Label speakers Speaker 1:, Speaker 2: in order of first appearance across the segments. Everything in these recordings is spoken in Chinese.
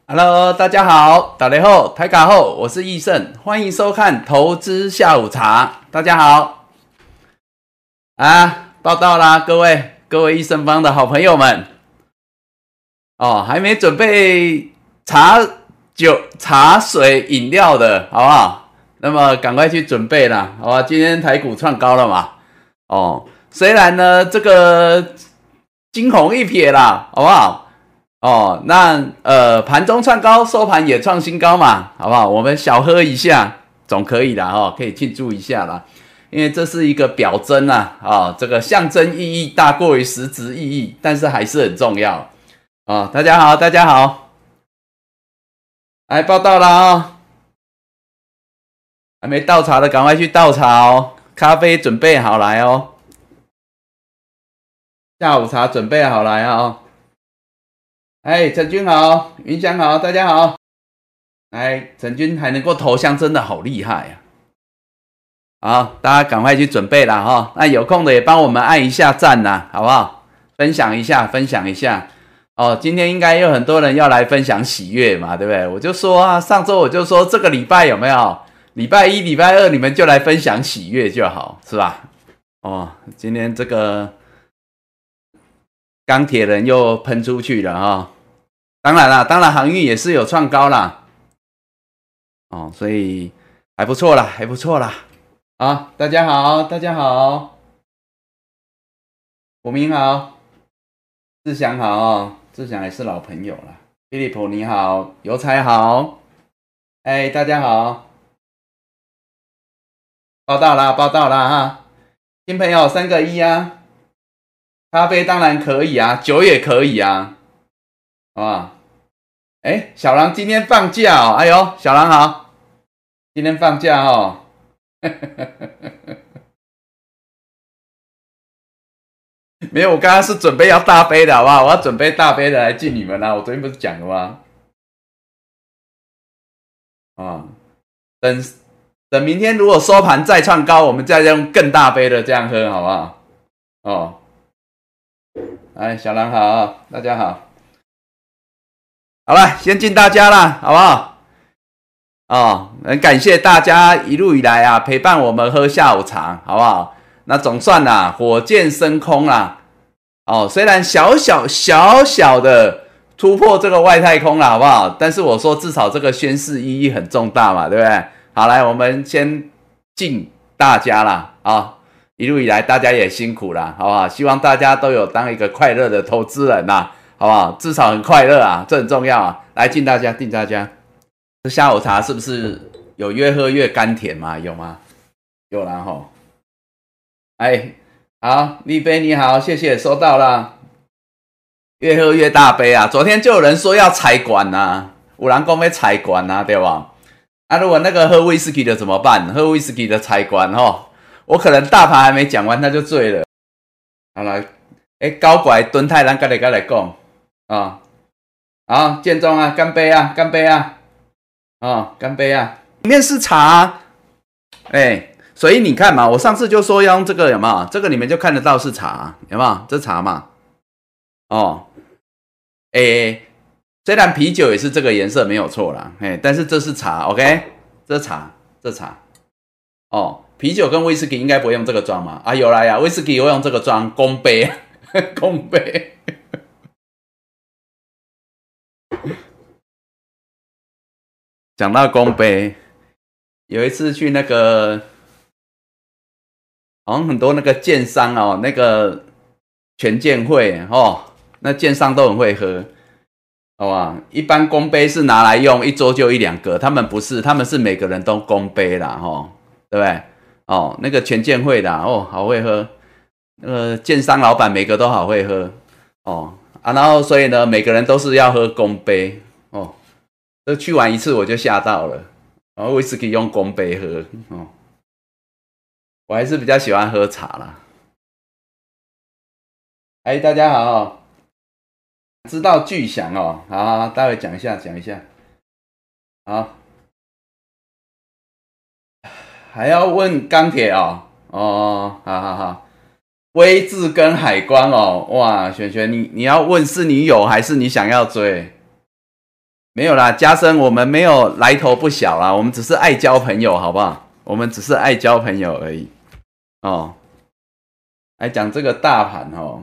Speaker 1: Hello，大家好，打雷后台卡后，我是易胜，欢迎收看投资下午茶。大家好，报道啦，各位易胜帮的好朋友们，还没准备茶水、饮料的，好不好？那么赶快去准备啦，好吧？今天台股创高了嘛，虽然呢这个惊鸿一瞥啦，好不好？盘中创高，收盘也创新高嘛，好不好？我们小喝一下总可以啦，可以庆祝一下啦，因为这是一个表征啊，这个象征意义大过于实质意义，但是还是很重要啊。大家好，大家好，来报道啦还没倒茶的赶快去倒茶哦，咖啡准备好来哦，下午茶准备好来哦。陈军好，云翔好，大家好。陈军还能够投降，真的好厉害呀！好，大家赶快去准备啦哈。那有空的也帮我们按一下赞啦，好不好？分享一下。今天应该有很多人要来分享喜悦嘛，对不对？我就说上周我就说这个礼拜有没有？礼拜一、礼拜二你们就来分享喜悦就好，是吧？今天这个钢铁人又喷出去了哈。当然航运也是有创高啦，所以还不错啦。好，大家好，虎明好，志祥好，志祥也是老朋友啦。菲利普你好，邮差好，大家好，报道啦哈，新朋友3个1啊，咖啡当然可以啊，酒也可以啊，好不好？小狼今天放假哦，哎呦，小狼好，今天放假哦，没有，我刚刚是准备要大杯的，好不好？我要准备大杯的来敬你们啦，我昨天不是讲了吗？等明天如果收盘再创高，我们再用更大杯的这样喝，好不好？小狼好，大家好。好了，先敬大家啦，好不好？很感谢大家一路以来陪伴我们喝下午茶，好不好？那总算火箭升空啦，虽然小小的突破这个外太空啦，好不好？但是我说至少这个宣示意义很重大嘛，对不对？好，来我们先敬大家啦，一路以来大家也辛苦啦，好不好？希望大家都有当一个快乐的投资人啦。好不好？至少很快乐啊，这很重要啊！来敬大家。这下午茶是不是有越喝越甘甜嘛？有吗？有啦吼。好，立飞你好，谢谢，收到啦。越喝越大杯啊！昨天就有人说要采管啊，有人说要采管啊，对吧？如果那个喝威士忌的怎么办？喝威士忌的采管吼，我可能大盘还没讲完他就醉了。好来，高拐蹲太咱来讲。好，建中啊，干杯啊，干杯啊，干杯啊！里面是茶，所以你看嘛，我上次就说要用这个有没有？这个你们就看得到是茶，有没有？这茶嘛，虽然啤酒也是这个颜色没有错啦，但是这是茶 ，OK？ 这茶，啤酒跟威士忌应该不会用这个装嘛？有啦呀，威士忌会用这个装，公杯，公杯。讲到公杯，有一次去那个，好像很多那个建商那个全建会那建商都很会喝，好吧？一般公杯是拿来用一桌就1-2个，他们不是，他们是每个人都公杯啦，对不对？那个全建会的好会喝，那个建商老板每个都好会喝然后所以呢，每个人都是要喝公杯这去完一次我就吓到了，威士忌用公杯喝我还是比较喜欢喝茶啦。大家好，知道巨响好，待会讲一下。好，还要问钢铁好，威智跟海关哇，璇你要问是你有还是你想要追？ 没有啦，嘉生，我们没有来头不小啦，我们只是爱交朋友，好不好？我们只是爱交朋友而已。哦，来讲这个大盘哦。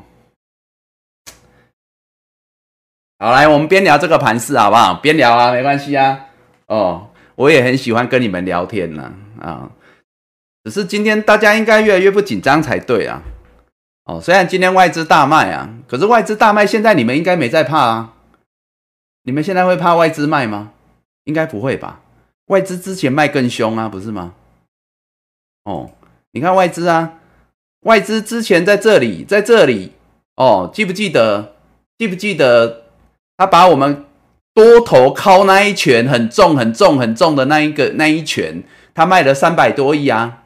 Speaker 1: 好，来，我们边聊这个盘势好不好？边聊啊，没关系啊。哦，我也很喜欢跟你们聊天啦。啊，只是今天大家应该越来越不紧张才对啊。哦，虽然今天外资大卖啊，可是外资大卖，现在你们应该没在怕啊。你们现在会怕外资卖吗？应该不会吧？外资之前卖更凶啊，不是吗？哦，你看外资啊，外资之前在这里，哦，记不记得？他把我们多头敲那一拳很重的那一拳，他卖了300多亿啊，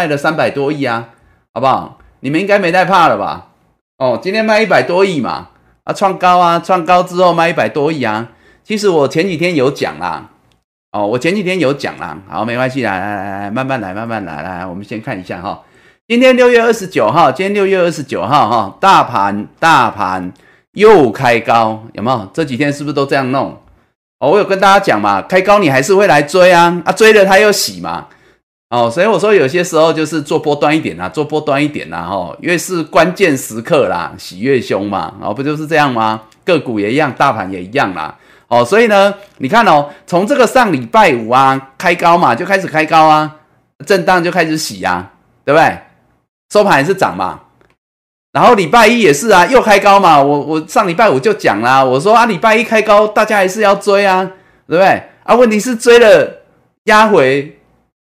Speaker 1: 好不好？你们应该没在怕了吧？哦，今天卖100多亿嘛，创高之后卖100多亿啊。其实我前几天有讲啦，好，没关系，来，慢慢来，我们先看一下哈。今天6月29号，哈，大盘又开高，有没有？这几天是不是都这样弄？哦，我有跟大家讲嘛，开高你还是会来追啊，追了它又洗嘛。哦，所以我说有些时候就是做波段一点啦，越是关键时刻啦，洗越凶嘛，不就是这样吗？个股也一样，大盘也一样啦。哦，所以呢，你看哦，从这个上礼拜五啊开高嘛，就开始开高啊，震荡就开始洗啊，对不对？收盘也是涨嘛。然后礼拜一也是啊，又开高嘛。我上礼拜五就讲啦，我说礼拜一开高，大家还是要追啊，对不对？问题是追了压回，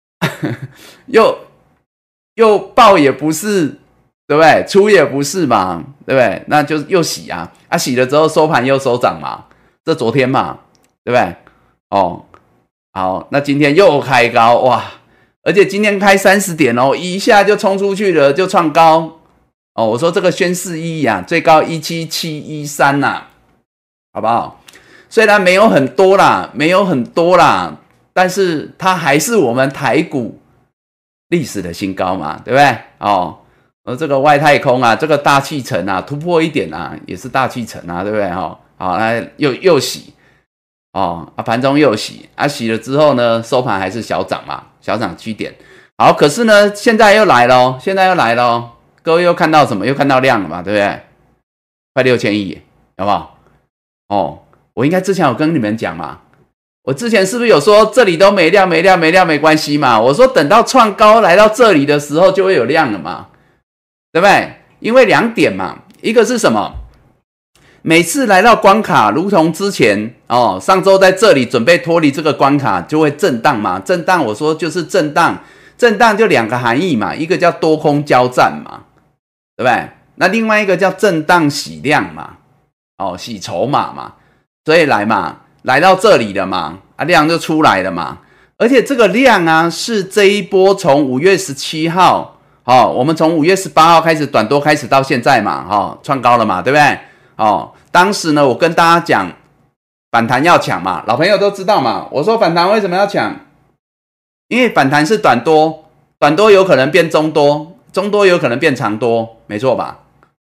Speaker 1: 又爆也不是，对不对？出也不是嘛，对不对？那就又洗啊，洗了之后收盘又收涨嘛，这昨天嘛，对不对？哦，好，那今天又开高哇，而且今天开30点哦，一下就冲出去了，就创高。哦，我说这个宣示意义啊，最高17713呐，好不好？虽然没有很多啦，但是它还是我们台股历史的新高嘛，对不对？哦，这个外太空啊，这个大气层啊，突破一点啊，也是大气层啊，对不对？好，来又洗，盘中又洗，洗了之后呢，收盘还是小涨嘛，小涨7点。好，可是呢，现在又来了，各位又看到什么？又看到量了嘛，对不对？快6000亿，好不好？哦，我应该之前有跟你们讲嘛，我之前是不是有说这里都没量没关系嘛？我说等到创高来到这里的时候就会有量了嘛，对不对？因为2点嘛，一个是什么？每次来到关卡，如同之前上周在这里准备脱离这个关卡，就会震荡嘛。震荡，我说就是震荡就2个含义嘛，一个叫多空交战嘛。对不对？那另外一个叫震荡洗量嘛，洗筹码嘛，所以来到这里了嘛，量就出来了嘛。而且这个量啊，是这一波从5月17号，我们从5月18号开始短多开始到现在嘛，创高了嘛，对不对？当时呢，我跟大家讲反弹要抢嘛，老朋友都知道嘛。我说反弹为什么要抢？因为反弹是短多，短多有可能变中多。中多有可能变长多，没错吧？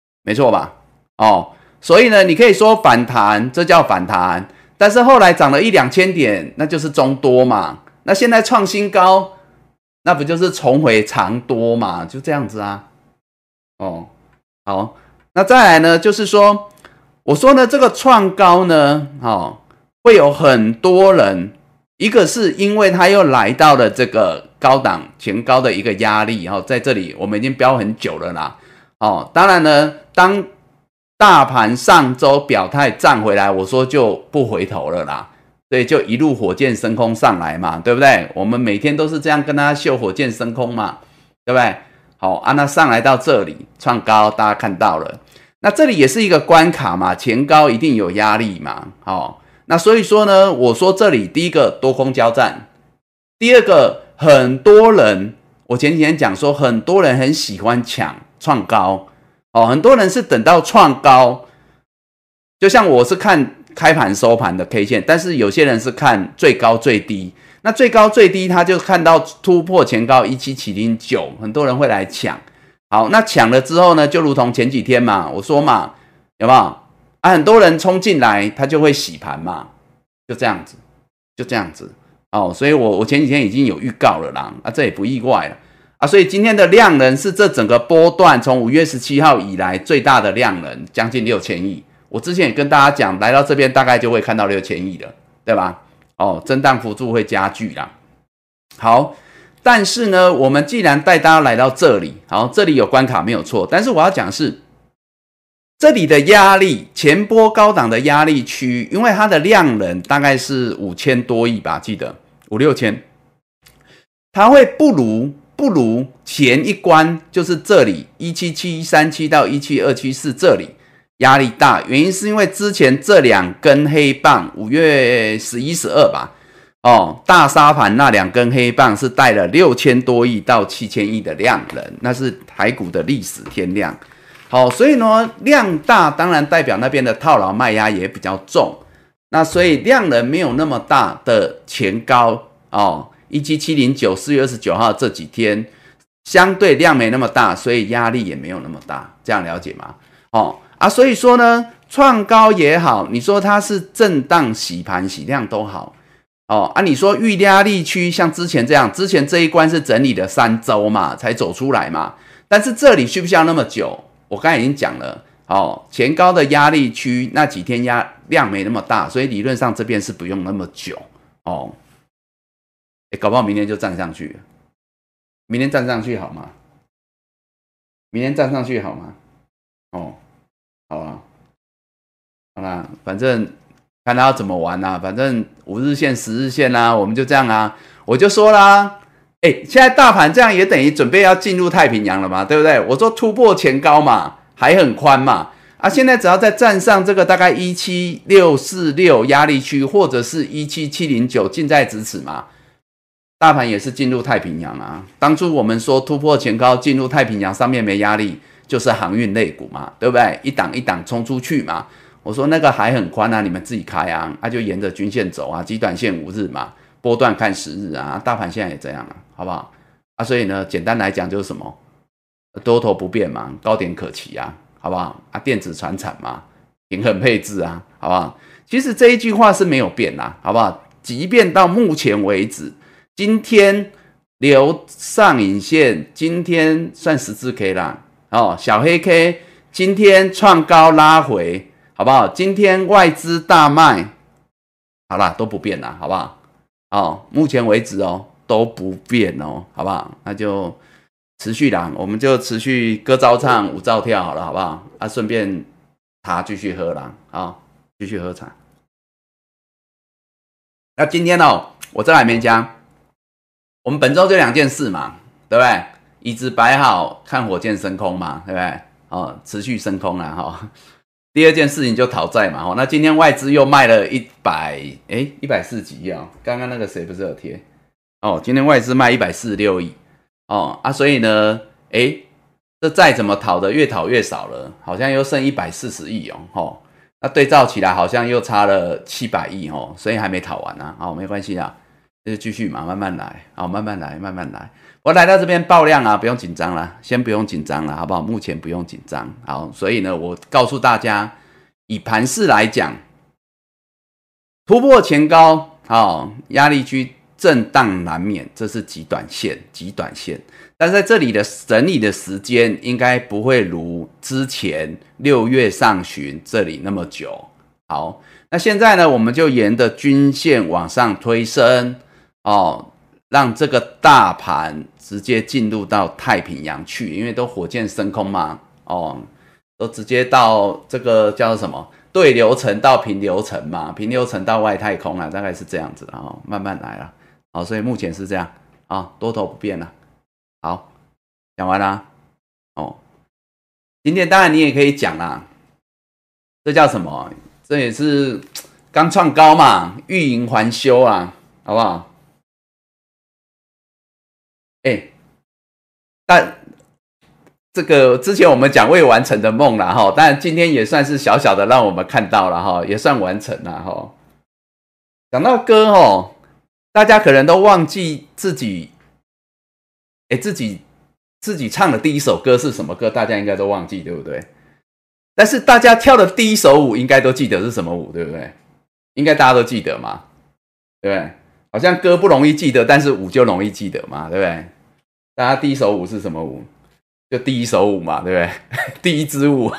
Speaker 1: 所以呢，你可以说反弹，这叫反弹，但是后来涨了1-2000点，那就是中多嘛。那现在创新高，那不就是重回长多嘛？就这样子啊。好，那再来呢，就是说，我说呢，这个创高呢，会有很多人。一个是因为它又来到了这个高档前高的一个压力，在这里我们已经标很久了啦。当然呢，当大盘上周表态站回来，我说就不回头了啦，所以就一路火箭升空上来嘛，对不对？我们每天都是这样跟大家秀火箭升空嘛，对不对？那上来到这里创高，大家看到了，那这里也是一个关卡嘛，前高一定有压力嘛，那所以说呢，我说这里第一个多空交战，第二个很多人，我前几天讲说很多人很喜欢抢创高，很多人是等到创高，就像我是看开盘收盘的 K 线，但是有些人是看最高最低，那最高最低他就看到突破前高17709，很多人会来抢。好，那抢了之后呢，就如同前几天嘛，我说嘛，有没有？很多人冲进来，他就会洗盘嘛， 就这样子，就这样子哦。所以我前几天已经有预告了啦，啊，这也不意外了啊。所以今天的量能是这整个波段从5月17号以来最大的量能，将近6000亿。我之前也跟大家讲，来到这边大概就会看到6000亿了，对吧？哦，震荡幅度会加剧啦。好，但是呢，我们既然带大家来到这里，好，这里有关卡没有错，但是我要讲的是。这里的压力，前波高档的压力区，因为它的量能大概是5000多亿吧，记得5、6千，它会不如前一关，就是这里17737到17274这里压力大，原因是因为之前这2根黑棒，5月11、12吧，哦，大沙盘那2根黑棒是带了6000多亿到7000亿的量能，那是台股的历史天量。好，所以呢，量大当然代表那边的套牢卖压也比较重，那所以量能没有那么大的前高哦，17709 4月29号这几天相对量没那么大，所以压力也没有那么大，这样了解吗？哦啊，所以说呢，创高也好，你说它是震荡洗盘洗量都好，哦啊，你说预压力区像之前这样，之前这一关是整理了3周嘛，才走出来嘛，但是这里需不需要那么久？我刚才已经讲了，哦，前高的压力区那几天量没那么大，所以理论上这边是不用那么久哦。搞不好明天就站上去了，明天站上去好吗？明天站上去好吗？哦，好啊，好啦，反正看他要怎么玩啊，反正5日线、10日线啊，我们就这样啊，我就说啦。现在大盘这样也等于准备要进入太平洋了嘛，对不对？我说突破前高嘛，还很宽嘛，啊，现在只要再站上这个大概17646压力区，或者是17709近在咫尺嘛，大盘也是进入太平洋啊。当初我们说突破前高进入太平洋，上面没压力，就是航运类股嘛，对不对？一档一档冲出去嘛。我说那个还很宽啊，你们自己开啊，就沿着均线走啊，极短线5日嘛。波段看10日啊，大盘现在也这样啊，好不好？啊，所以呢，简单来讲就是什么，多头不变嘛，高点可期啊，好不好？啊，电子传产嘛，平衡配置啊，好不好？其实这一句话是没有变啦，好不好？即便到目前为止，今天留上影线，今天算十字 K 啦，哦，小黑 K 今天创高拉回，好不好？今天外资大卖，好啦，都不变啦，好不好？哦，目前为止哦都不变哦，好不好？那就持续啦，我们就持续歌照唱，舞照跳好了，好不好？啊，顺便茶继续喝啦，好，继续喝茶。那今天哦，我这还没讲，我们本周就2件事嘛，对不对？椅子摆好，看火箭升空嘛，对不对？哦，持续升空啦，哈。第2件事情就讨债嘛，那今天外资又卖了140几亿哦，刚刚那个谁不是有贴哦？今天外资卖146亿哦啊，所以呢，这债怎么讨的越讨越少了，好像又剩140亿哦，那对照起来好像又差了700亿哦，所以还没讨完啊，好，没关系啦，就继续嘛，慢慢来，好，慢慢来，慢慢来。我来到这边爆量啊，不用紧张啦，先不用紧张啦，好不好？目前不用紧张。好，所以呢，我告诉大家，以盘势来讲，突破前高，压力区震荡难免，这是极短线，极短线。但在这里的整理的时间，应该不会如之前6月上旬这里那么久。好，那现在呢，我们就沿着均线往上推升，让这个大盘直接进入到太平洋去，因为都火箭升空嘛，都直接到这个叫做什么对流层到平流层嘛，平流层到外太空啊，大概是这样子啊，慢慢来啦，好，所以目前是这样啊，多头不变啦。好，讲完啦，今天当然你也可以讲啦，这叫什么？这也是刚创高嘛，欲迎还休啊，好不好？但这个之前我们讲未完成的梦啦齁，但今天也算是小小的让我们看到了齁，也算完成了齁。讲到歌齁，大家可能都忘记自己唱的第一首歌是什么歌，大家应该都忘记，对不对？但是大家跳的第一首舞应该都记得是什么舞，对不对？ 应该大家都记得嘛，对不对？好像歌不容易记得，但是舞就容易记得嘛，对不对？大家第一首舞是什么舞？就第一首舞嘛，对不对？第一支舞。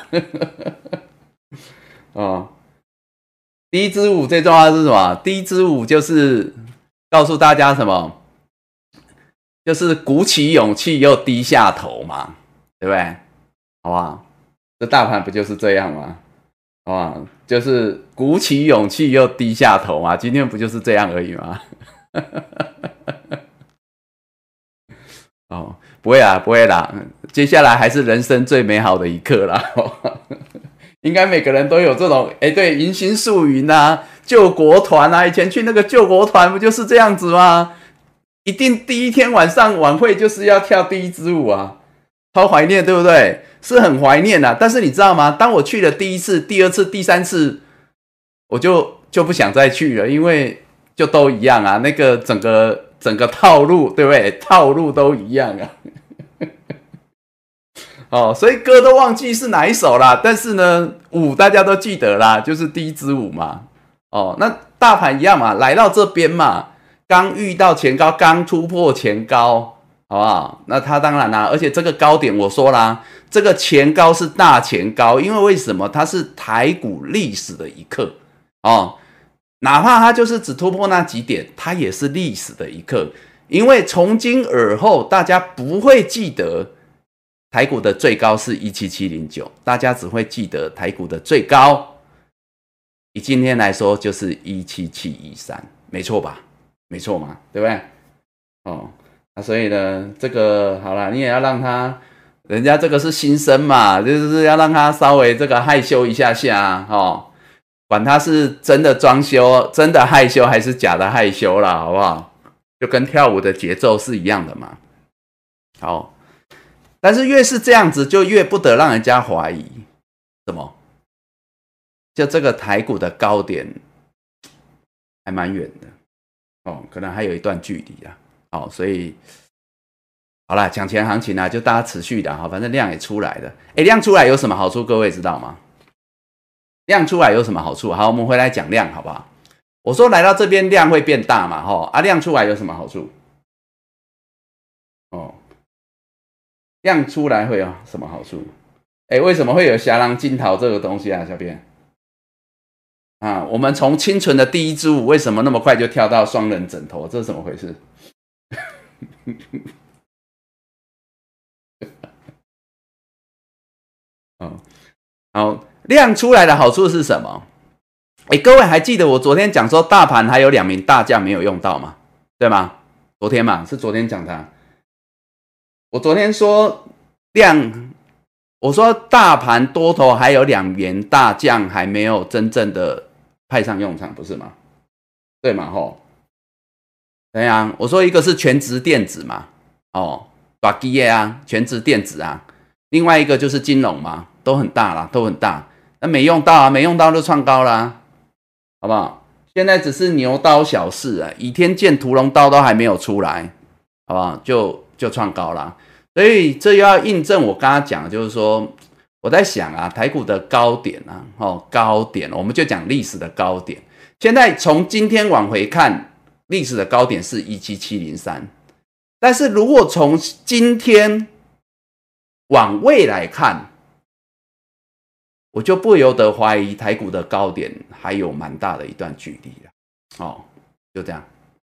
Speaker 1: 哦，第一支舞最重要的是什么？第一支舞就是告诉大家什么？就是鼓起勇气又低下头嘛，对不对？好不好？这大盘不就是这样吗？好不好？就是鼓起勇气又低下头嘛，今天不就是这样而已吗？哦，不会啦，不会啦，接下来还是人生最美好的一刻啦。应该每个人都有这种，对，迎新宿营啊，救国团啊，以前去那个救国团不就是这样子吗？一定第一天晚上晚会就是要跳第一支舞啊，超怀念，对不对？是很怀念啊。但是你知道吗？当我去了第一次、第二次、第三次，我就不想再去了，因为就都一样啊，那个整个套路，对不对？套路都一样啊。哦，所以歌都忘记是哪一首啦，但是呢，舞大家都记得啦，就是第一支舞嘛。哦，那大盘一样嘛，来到这边嘛。刚遇到前高，刚突破前高，好不好？那它当然啦，而且这个高点我说啦，这个前高是大前高，因为为什么？它是台股历史的一刻哦，哪怕它就是只突破那几点，它也是历史的一刻，因为从今而后，大家不会记得台股的最高是17709，大家只会记得台股的最高，以今天来说就是17713，没错吧？没错嘛，对不对？哦，那所以呢，这个好啦，你也要让他，人家这个是新生嘛，就是要让他稍微这个害羞一下下哦，管他是真的装修、真的害羞还是假的害羞啦，好不好？就跟跳舞的节奏是一样的嘛。好，但是越是这样子，就越不得让人家怀疑什么？就这个台股的高点还蛮远的。哦，可能还有一段距离啊。好，所以好啦，抢钱行情啊，就大家持续的哈，反正量也出来了。量出来有什么好处？各位知道吗？量出来有什么好处？好，我们回来讲量，好不好？我说来到这边量会变大嘛，量出来有什么好处？哦，量出来会有什么好处？为什么会有侠狼金桃这个东西啊，小编？啊，我们从清纯的第一支舞为什么那么快就跳到双人枕头？这是怎么回事？哦，好，量出来的好处是什么？各位还记得我昨天讲说大盘还有2名大将没有用到吗？对吗？昨天嘛，是昨天讲的。我昨天说我说大盘多头还有2员大将还没有真正的派上用场，不是吗？对嘛吼？对啊，我说一个是全职电子嘛，大基业啊，全职电子啊，另外一个就是金融嘛，都很大啦，都很大。那没用到啊，没用到就创高啦，好不好？现在只是牛刀小试啊，倚天剑屠龙刀都还没有出来，好不好？就创高啦。所以这又要印证我刚刚讲的，就是说我在想啊，台股的高点啊，高点，我们就讲历史的高点。现在从今天往回看，历史的高点是17703，但是如果从今天往未来看，我就不由得怀疑台股的高点还有蛮大的一段距离了。就这样，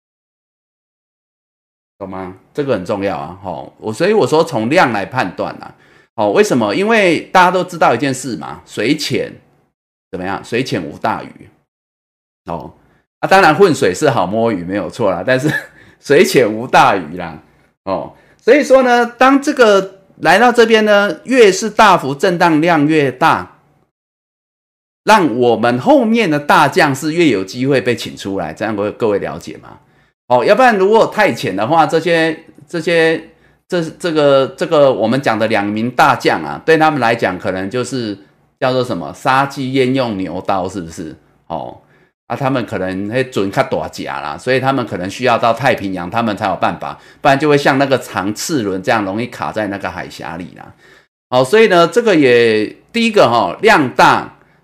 Speaker 1: 懂吗？这个很重要啊。所以我说从量来判断啊。为什么？因为大家都知道一件事嘛，水浅怎么样？水浅无大鱼。当然混水是好摸鱼没有错啦，但是水浅无大鱼啦。所以说呢，当这个来到这边呢，越是大幅震荡量越大，让我们后面的大将是越有机会被请出来，这样各位了解吗？要不然如果太浅的话，这个我们讲的2名大将啊，对他们来讲可能就是叫做什么杀鸡焉用牛刀，是不是？他们可能会准较大甲啦，所以他们可能需要到太平洋，他们才有办法，不然就会像那个长次轮这样容易卡在那个海峡里啦。所以呢，这个也第一个量大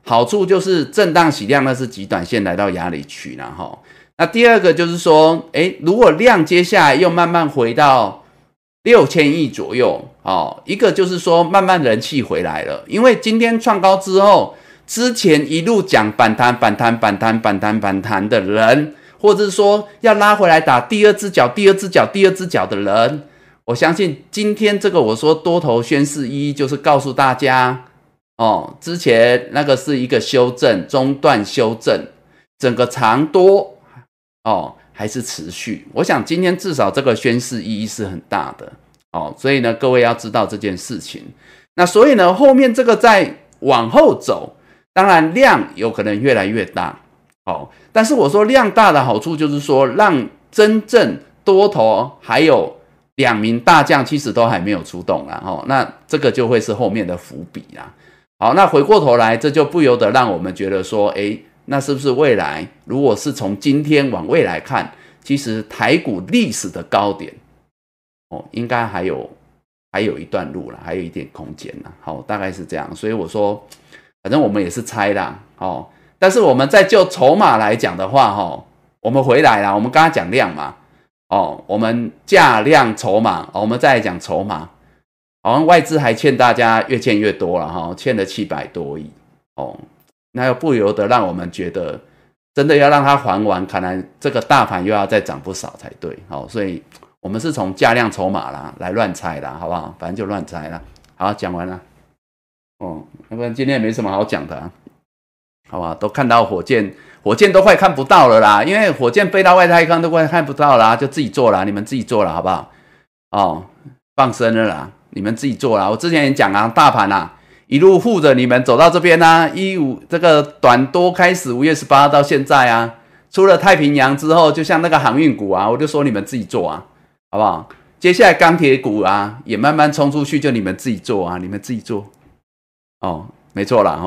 Speaker 1: 好处就是震荡洗量，那是极短线来到压力区啦齁。那第二个就是说，如果量接下来又慢慢回到6000亿左右，一个就是说慢慢人气回来了，因为今天创高之后，之前一路讲反弹的人，或者是说要拉回来打第二只脚的人，我相信今天这个我说多头宣示一就是告诉大家，之前那个是一个修正，中段修正，整个长多还是持续。我想今天至少这个宣示意义是很大的所以呢，各位要知道这件事情。那所以呢，后面这个再往后走，当然量有可能越来越大但是我说量大的好处就是说，让真正多头还有2名大将其实都还没有出动啦那这个就会是后面的伏笔啦。好，那回过头来，这就不由得让我们觉得说，那是不是未来如果是从今天往未来看，其实台股历史的高点应该还有一段路啦，还有一点空间啦。好，大概是这样。所以我说，反正我们也是猜啦但是我们在就筹码来讲的话我们回来啦，我们刚才讲量嘛我们价量筹码我们再来讲筹码。好像外资还欠大家越欠越多了欠了700多亿那又不由得让我们觉得真的要让它还完，可能这个大盘又要再涨不少才对所以我们是从价量筹码啦来乱猜啦，好不好？反正就乱猜啦。好，讲完了要不然今天也没什么好讲的好吧？都看到火箭都快看不到了啦，因为火箭飞到外太空都快看不到啦，就自己做啦，你们自己做啦，好不好放生了啦，你们自己做啦。我之前也讲大盘一路护着你们走到这边这个短多开始5月18号到现在出了太平洋之后，就像那个航运股我就说你们自己做好不好？接下来钢铁股也慢慢冲出去，就你们自己做你们自己做没错啦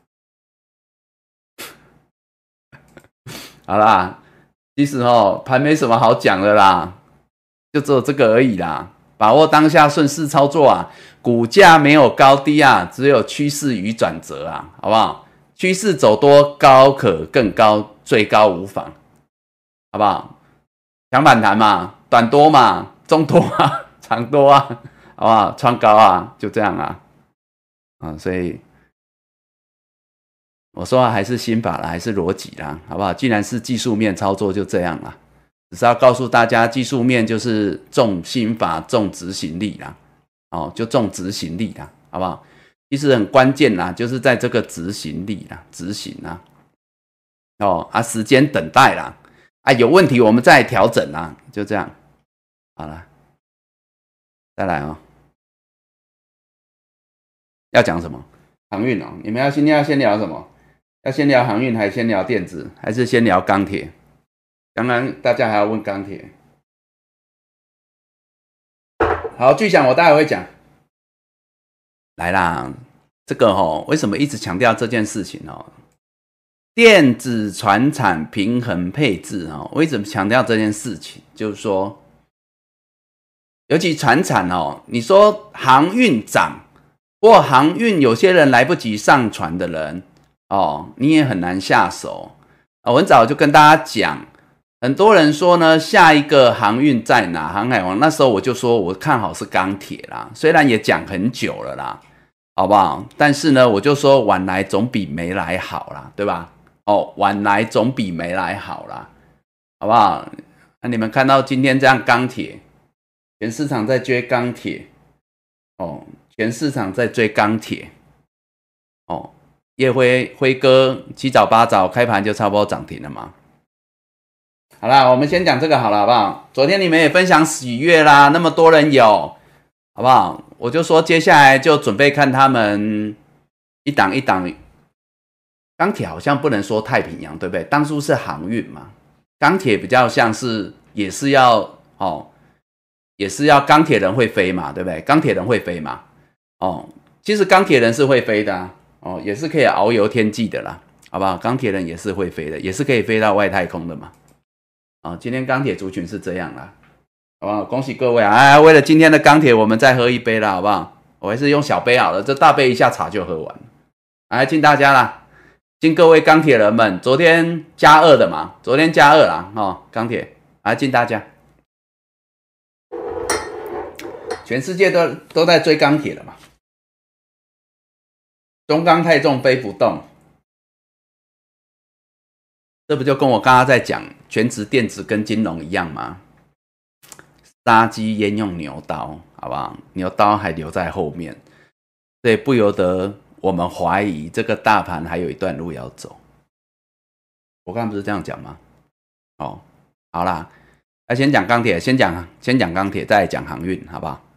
Speaker 1: 好啦，其实盘没什么好讲的啦，就只有这个而已啦。把握当下，顺势操作股价没有高低只有趋势与转折好不好？趋势走多，高可更高，最高无妨，好不好？强反弹嘛，短多嘛，中多长多好不好？创高就这样所以我说还是心法啦，还是逻辑啦，好不好？既然是技术面操作，就这样啦。只是要告诉大家，技术面就是重心法、重执行力啦，就重执行力啦，好不好？其实很关键啦，就是在这个执行力啦，执行啦，时间等待啦，有问题我们再调整啦，就这样，好了，再来要讲什么？航运你们今天要先聊什么？要先聊航运，还是先聊电子，还是先聊钢铁？当然，大家还要问钢铁。好，巨响我待会会讲。来啦，这个为什么一直强调这件事情电子传产平衡配置我一直强调这件事情，就是说，尤其传产你说航运涨，不过航运有些人来不及上船的人你也很难下手。我很早就跟大家讲。很多人说呢，下一个航运在哪？航海王那时候我就说我看好是钢铁啦，虽然也讲很久了啦，好不好？但是呢，我就说晚来总比没来好啦，对吧？晚来总比没来好啦，好不好？那你们看到今天这样钢铁，全市场在追钢铁，全市场在追钢铁，叶辉哥七早八早开盘就差不多涨停了嘛。好啦，我们先讲这个好了，好不好？昨天你们也分享喜悦啦，那么多人有，好不好？我就说接下来就准备看他们一档一档。钢铁好像不能说太平洋，对不对？当初是航运嘛，钢铁比较像是也是要钢铁人会飞嘛，对不对？钢铁人会飞嘛，其实钢铁人是会飞的也是可以遨游天际的啦，好不好？钢铁人也是会飞的，也是可以飞到外太空的嘛。今天钢铁族群是这样啦，好不好？恭喜各位为了今天的钢铁，我们再喝一杯啦，好不好？我还是用小杯好了，这大杯一下茶就喝完了。敬大家啦。 敬各位钢铁人们，昨天加2的嘛，昨天加2啦，哦，钢铁来敬大家。全世界都在追钢铁了嘛，中钢太重飞不动，这不就跟我刚刚在讲全职电子跟金融一样吗？杀鸡焉用牛刀，好不好？牛刀还留在后面，所以不由得我们怀疑这个大盘还有一段路要走。我刚刚不是这样讲吗？哦，好啦，那先讲钢铁，先讲钢铁，再来讲航运，好不好？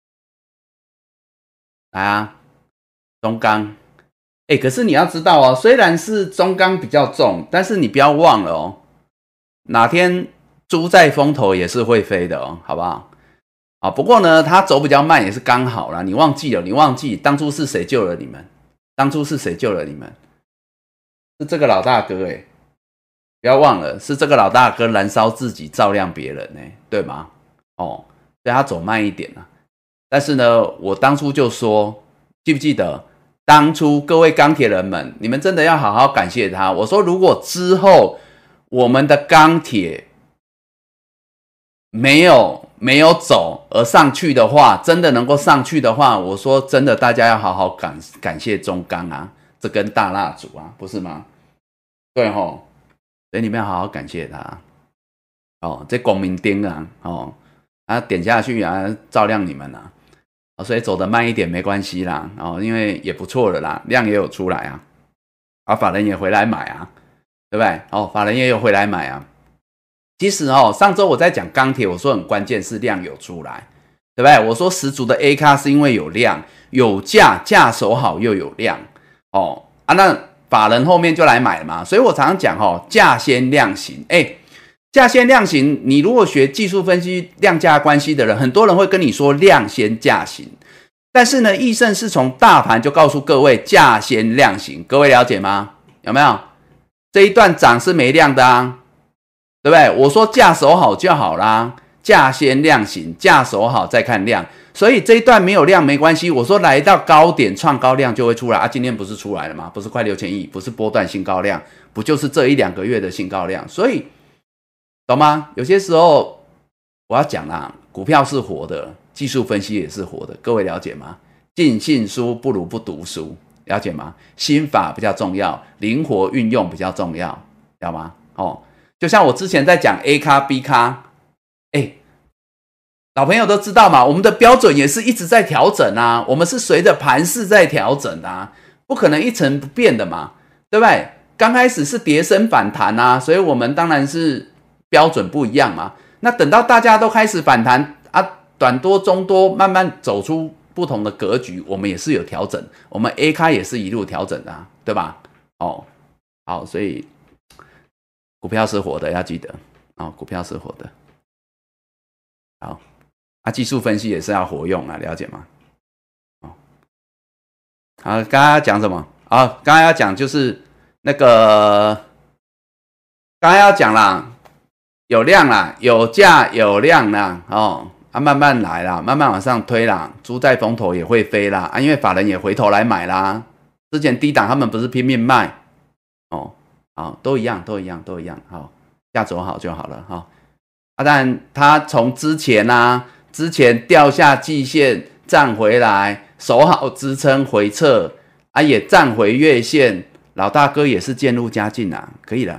Speaker 1: 来啊，中钢，可是你要知道哦，虽然是中钢比较重，但是你不要忘了哦，哪天猪在风头也是会飞的哦，好不好？啊，不过呢，它走比较慢也是刚好啦。你忘记当初是谁救了你们？是这个老大哥不要忘了，是这个老大哥燃烧自己照亮别人对吗？哦，所以他走慢一点啊。但是呢，我当初就说，记不记得当初各位钢铁人们，你们真的要好好感谢他。我说，如果之后我们的钢铁没有走而上去的话，真的能够上去的话，我说真的，大家要好好感谢中钢啊，这根大蜡烛啊，不是吗？对吼，所以你们要好好感谢他哦，这光明灯啊，哦，点下去啊，照亮你们啊，所以走得慢一点没关系啦，哦，因为也不错了啦，量也有出来啊，法人也回来买啊，对不对？哦，法人也有回来买啊。其实上周我在讲钢铁，我说很关键是量有出来，对不对？我说十足的 A 咖是因为有量、有价，价守好又有量那法人后面就来买了嘛，所以我常常讲价先量行，价先量行，你如果学技术分析量价关系的人，很多人会跟你说量先价行，但是呢，益盛是从大盘就告诉各位价先量行，各位了解吗？有没有？这一段涨是没量的啊。对不对？我说价守好就好啦，价先量行，价守好再看量，所以这一段没有量没关系。我说来到高点创高量就会出来啊，今天不是出来了吗？不是快6000亿，不是波段新高量，不就是这1-2个月的新高量？所以懂吗？有些时候我要讲啦，股票是活的，技术分析也是活的，各位了解吗？尽信书不如不读书，了解吗？心法比较重要，灵活运用比较重要，知道吗？就像我之前在讲 A 咖 B 咖，老朋友都知道嘛，我们的标准也是一直在调整啊，我们是随着盘势在调整啊，不可能一成不变的嘛，对不对？刚开始是跌升反弹啊，所以我们当然是标准不一样嘛。那等到大家都开始反弹啊，短多中多慢慢走出不同的格局，我们也是有调整，我们 A 咖也是一路调整的啊，对吧？好，所以股票是活的，要记得股票是活的。好技术分析也是要活用啊，了解吗？好，刚刚要讲什么？刚刚要讲就是那个，刚刚要讲啦，有量啦，有价有量啦，慢慢来啦，慢慢往上推啦，猪在风头也会飞啦，因为法人也回头来买啦，之前低档他们不是拼命卖都一样，好，价走好就好了但他从之前掉下季线站回来，守好支撑回撤也站回月线，老大哥也是渐入佳境可以了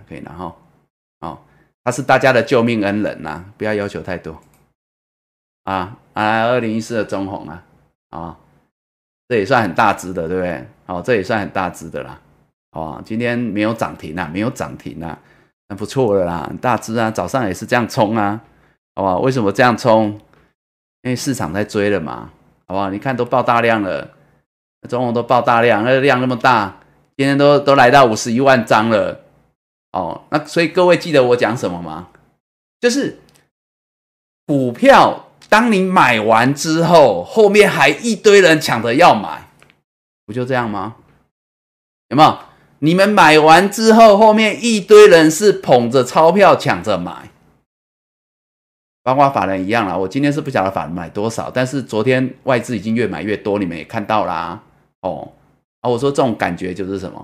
Speaker 1: 他是大家的救命恩人不要要求太多2014的中鸿这也算很大只的，对不对？这也算很大只的啦。今天没有涨停那不错了啦，很大只早上也是这样冲好不好？为什么这样冲？因为市场在追了嘛，好不好？你看都爆大量了，中鸿都爆大量，那量那么大，今天都来到51万张了那所以各位记得我讲什么吗？就是股票当你买完之后，后面还一堆人抢着要买，不就这样吗？有没有？你们买完之后，后面一堆人是捧着钞票抢着买，包括法人一样啦。我今天是不晓得法人买多少，但是昨天外资已经越买越多，你们也看到啦我说这种感觉就是什么？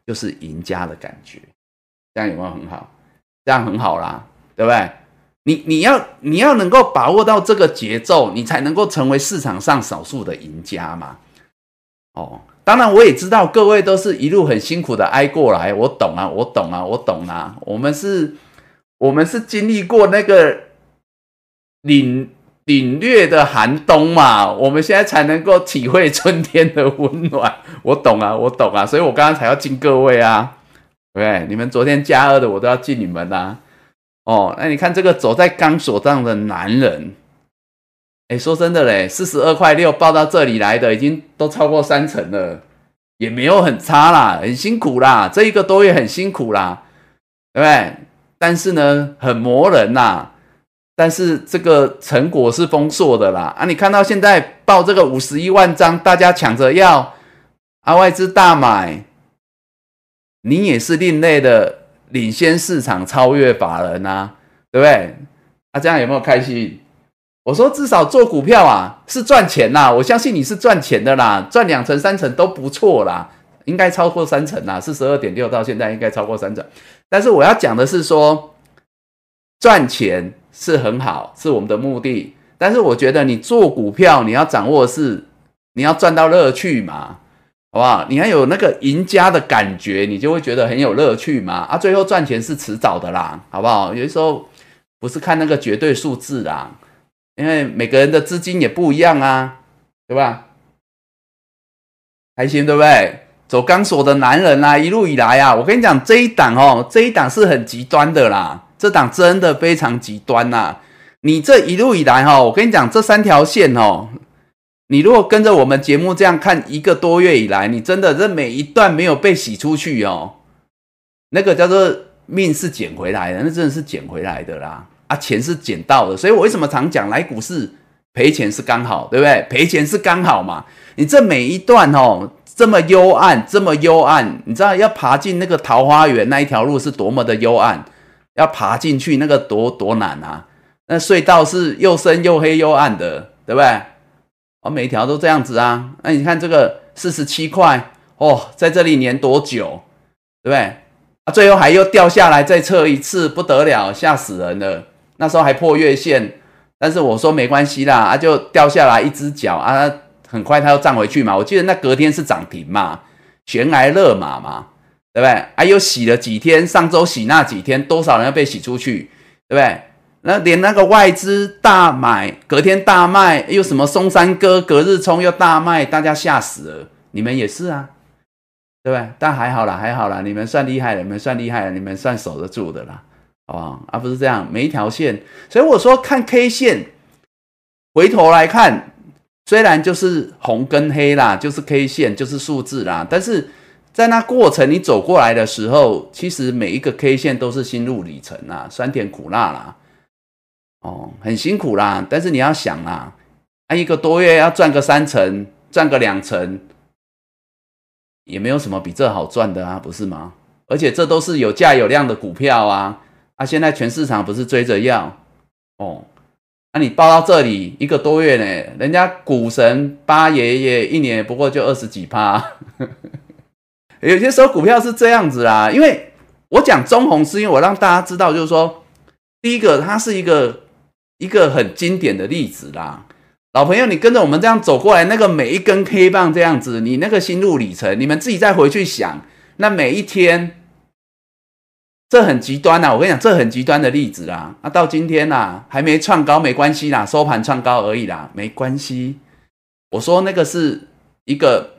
Speaker 1: 就是赢家的感觉，这样有没有很好？这样很好啦，对不对？你要能够把握到这个节奏，你才能够成为市场上少数的赢家嘛。哦，当然我也知道各位都是一路很辛苦的挨过来，我懂啊，我懂啊，我懂啊。我们是经历过那个凛冽的寒冬嘛，我们现在才能够体会春天的温暖。我懂啊，我懂啊，所以我刚刚才要敬各位啊，对不对？你们昨天+2的我都要敬你们啊。哦，那你看这个走在钢索上的男人，说真的嘞，42.6块报到这里来的，已经都超过30%了，也没有很差啦，很辛苦啦，这1个多月很辛苦啦，对不对？但是呢，很磨人啦，但是这个成果是丰硕的啦。啊，你看到现在报这个51万张，大家抢着要，外资大买，你也是另类的。领先市场，超越法人啊，对不对？这样有没有开心？我说至少做股票啊是赚钱啦，我相信你是赚钱的啦，赚2成3成都不错啦，应该超过3成啦，42.6到现在应该超过3成。但是我要讲的是说，赚钱是很好，是我们的目的。但是我觉得你做股票，你要掌握的是你要赚到乐趣嘛。好不好？你要有那个赢家的感觉，你就会觉得很有乐趣嘛。最后赚钱是迟早的啦，好不好？有的时候不是看那个绝对数字啦，因为每个人的资金也不一样啊，对吧？开心对不对？走钢索的男人啊，一路以来啊，我跟你讲这一档是很极端的啦，这档真的非常极端啦。你这一路以来我跟你讲这3条线你如果跟着我们节目这样看1个多月以来，你真的这每一段没有被洗出去那个叫做命是捡回来的，那真的是捡回来的啦，钱是捡到的。所以我为什么常讲来股市赔钱是刚好，对不对？赔钱是刚好嘛。你这每一段这么幽暗，这么幽暗，你知道要爬进那个桃花源那一条路是多么的幽暗，要爬进去那个多难啊。那隧道是又深又黑又暗的，对不对？每一条都这样子啊。那你看这个47块在这里粘多久，对不对？最后还又掉下来再测一次，不得了，吓死人了。那时候还破月线，但是我说没关系啦，就掉下来一只脚很快它又站回去嘛。我记得那隔天是涨停嘛，悬崖勒马嘛，对不对？又洗了几天，上周洗那几天，多少人要被洗出去，对不对？那连那个外资大买，隔天大卖，又什么松山哥隔日冲又大卖，大家吓死了。你们也是啊，对不对？但还好啦，你们算厉害了，你们算守得住的啦，好不好？不是这样，每一条线。所以我说看 K 线，回头来看，虽然就是红跟黑啦，就是 K 线，就是数字啦，但是在那过程你走过来的时候，其实每一个 K 线都是心路历程啦，酸甜苦辣啦。很辛苦啦，但是你要想啦，1个多月要赚个3成，赚个2成，也没有什么比这好赚的啊，不是吗？而且这都是有价有量的股票啊，现在全市场不是追着要你报到这里1个多月呢，人家股神八爷爷1年不过就20几%，有些时候股票是这样子啦，因为我讲中红是因为我让大家知道，就是说，第一个它是一个很经典的例子啦，老朋友，你跟着我们这样走过来，那个每一根 K 棒这样子，你那个心路里程，你们自己再回去想，那每一天，这很极端啦，我跟你讲，这很极端的例子啦。到今天啦，还没创高没关系啦，收盘创高而已啦，没关系。我说那个是一个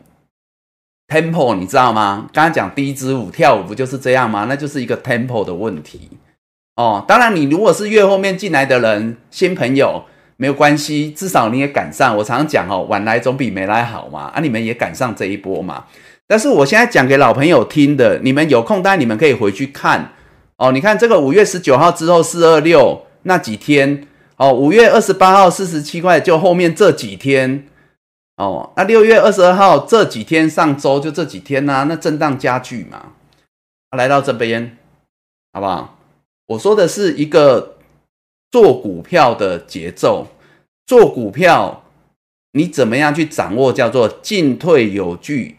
Speaker 1: tempo， 你知道吗？刚刚讲第一支舞跳舞不就是这样吗？那就是一个 tempo 的问题。当然你如果是越后面进来的人，新朋友没有关系，至少你也赶上。我常常讲晚来总比没来好嘛，你们也赶上这一波嘛。但是我现在讲给老朋友听的，你们有空当然你们可以回去看你看这个5月19号之后426那几天5月28号47块，就后面这几天那6月22号这几天，上周就这几天那震荡加剧嘛，来到这边好不好？我说的是一个做股票的节奏，做股票你怎么样去掌握叫做进退有据，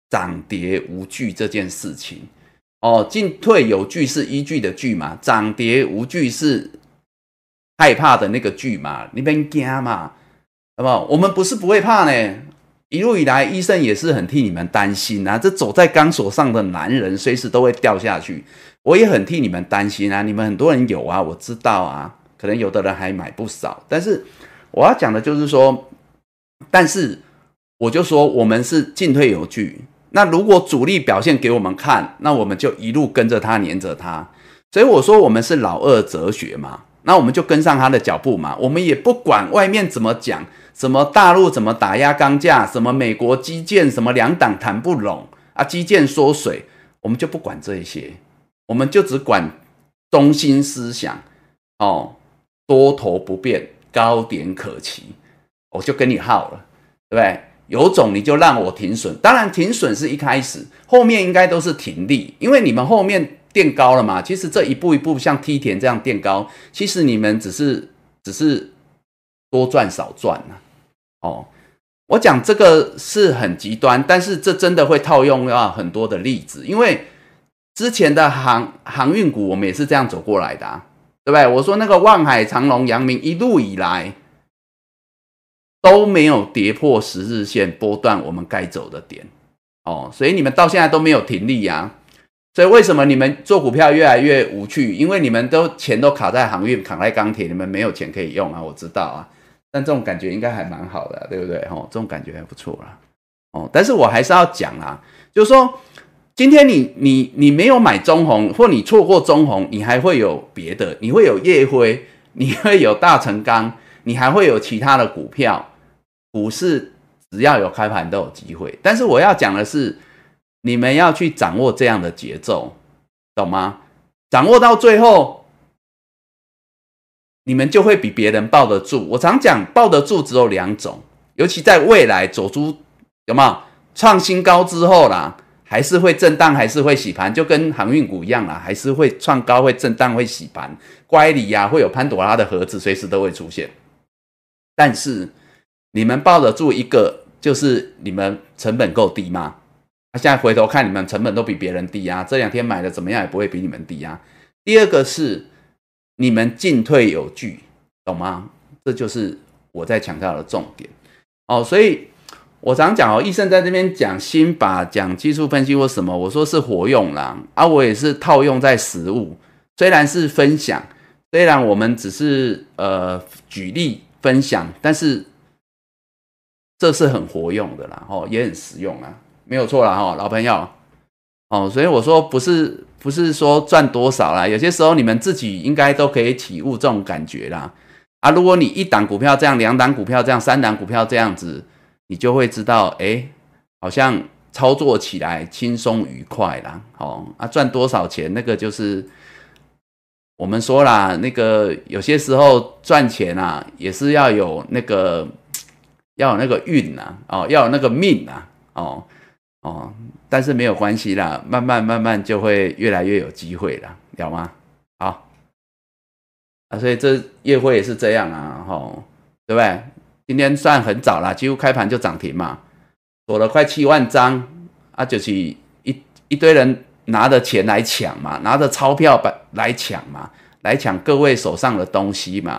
Speaker 1: 涨跌无惧这件事情。哦，进退有据是依据的据嘛，涨跌无惧是害怕的那个惧嘛，你别惊嘛，好不好？我们不是不会怕呢，一路以来医生也是很替你们担心啊，这走在钢索上的男人随时都会掉下去，我也很替你们担心啊，你们很多人有啊，我知道啊，可能有的人还买不少，但是我要讲的就是说，但是我就说我们是进退有据，那如果主力表现给我们看，那我们就一路跟着他，黏着他，所以我说我们是老二哲学嘛，那我们就跟上他的脚步嘛，我们也不管外面怎么讲，什么大陆怎么打压钢价，什么美国基建，什么两党谈不拢啊，基建缩水，我们就不管这些，我们就只管中心思想哦，多头不变，高点可期，我就跟你耗了，对不对？有种你就让我停损，当然停损是一开始，后面应该都是停利，因为你们后面垫高了嘛。其实这一步一步像梯田这样垫高，其实你们只是多赚少赚啊。哦，我讲这个是很极端，但是这真的会套用到很多的例子，因为之前的航运股我们也是这样走过来的啊，对不对？我说那个万海、长荣、阳明一路以来都没有跌破10日线波段我们该走的点哦，所以你们到现在都没有停利啊。所以为什么你们做股票越来越无趣？因为你们钱都卡在航运、卡在钢铁，你们没有钱可以用啊，我知道啊。但这种感觉应该还蛮好的，对不对？哦，这种感觉还不错啦。哦，但是我还是要讲啦，就是说，今天你没有买中红，或你错过中红，你还会有别的，你会有业辉，你会有大成钢，你还会有其他的股票。股市只要有开盘都有机会，但是我要讲的是，你们要去掌握这样的节奏，懂吗？掌握到最后，你们就会比别人抱得住。我常讲，抱得住只有2种，尤其在未来走出有没有创新高之后啦，还是会震荡，还是会洗盘，就跟航运股一样啦，还是会创高，会震荡，会洗盘，乖离啊，会有潘朵拉的盒子，随时都会出现。但是你们抱得住一个，就是你们成本够低吗？现在回头看，你们成本都比别人低啊，这2天买的怎么样也不会比你们低啊。第二个是你们进退有据，懂吗？这就是我在强调的重点哦。所以我常讲哦，医生在这边讲心法、讲技术分析或什么，我说是活用啦，啊，我也是套用在实务，虽然是分享，虽然我们只是举例分享，但是这是很活用的啦，也很实用啊，没有错啦，老朋友，所以我说不是说赚多少啦，有些时候你们自己应该都可以体悟这种感觉啦。啊，如果你1档股票这样，2档股票这样，3档股票这样子，你就会知道，好像操作起来轻松愉快啦，赚多少钱那个就是我们说啦，那个有些时候赚钱啊，也是要有那个运啊，要有那个命啊，但是没有关系啦，慢慢就会越来越有机会啦，了吗？好，所以这业辉也是这样啊，对不对？今天算很早啦，几乎开盘就涨停嘛，锁了快7万张啊，就是一堆人拿着钱来抢嘛，拿着钞票来抢嘛，来抢各位手上的东西嘛，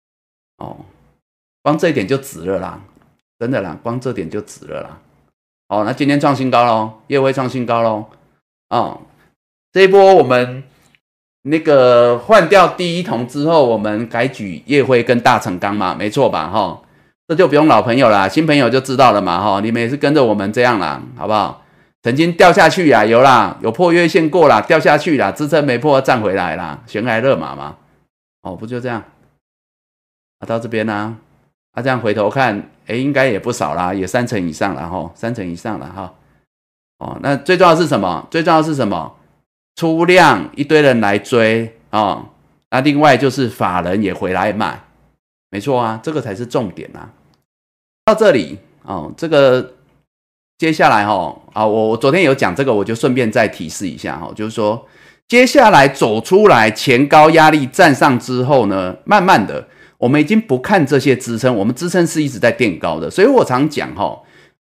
Speaker 1: 光这一点就值了啦，真的啦，光这点就值了啦。那今天创新高咯，业辉创新高咯，这一波我们那个换掉第一桶之后，我们改举业辉跟大成钢嘛，没错吧？这就不用老朋友啦，新朋友就知道了嘛，你们也是跟着我们这样啦，好不好？曾经掉下去啊，有啦，有破月线过啦，掉下去啦，支撑没破站回来啦，悬崖勒马嘛，不就这样？到这边啦，这样回头看，应该也不少啦，也3成以上啦，3成以上啦哈。那最重要是什么？最重要是什么？出量一堆人来追那另外就是法人也回来买，没错啊，这个才是重点啊。到这里这个接下来我昨天有讲这个，我就顺便再提示一下就是说接下来走出来前高压力站上之后呢，慢慢的我们已经不看这些支撑，我们支撑是一直在垫高的，所以我常讲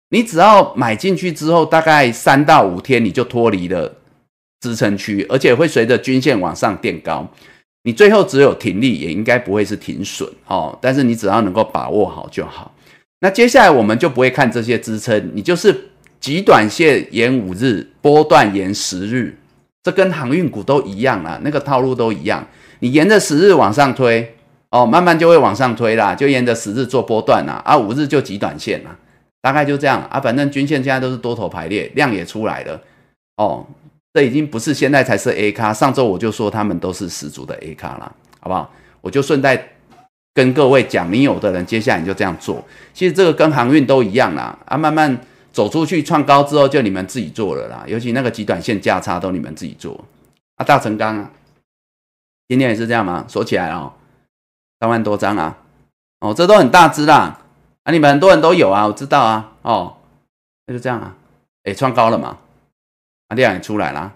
Speaker 1: 你只要买进去之后，大概3到5天你就脱离了支撑区，而且会随着均线往上垫高。你最后只有停利，也应该不会是停损哦。但是你只要能够把握好就好。那接下来我们就不会看这些支撑，你就是极短线沿5日，波段沿10日，这跟航运股都一样啦，那个套路都一样。你沿着10日往上推哦，慢慢就会往上推啦，就沿着10日做波段啦，5日就极短线啦，大概就这样啊。反正均线现在都是多头排列，量也出来了哦。这已经不是现在才是 A 咖，上周我就说他们都是十足的 A 咖啦，好不好？我就顺带跟各位讲，你有的人接下来你就这样做。其实这个跟航运都一样啦，慢慢走出去创高之后，就你们自己做了啦。尤其那个极短线价差都你们自己做大成钢今天也是这样吗？锁起来哦，3万多张啊，这都很大只啦，你们很多人都有啊，我知道啊，那就这样啊，创高了嘛，量也出来啦，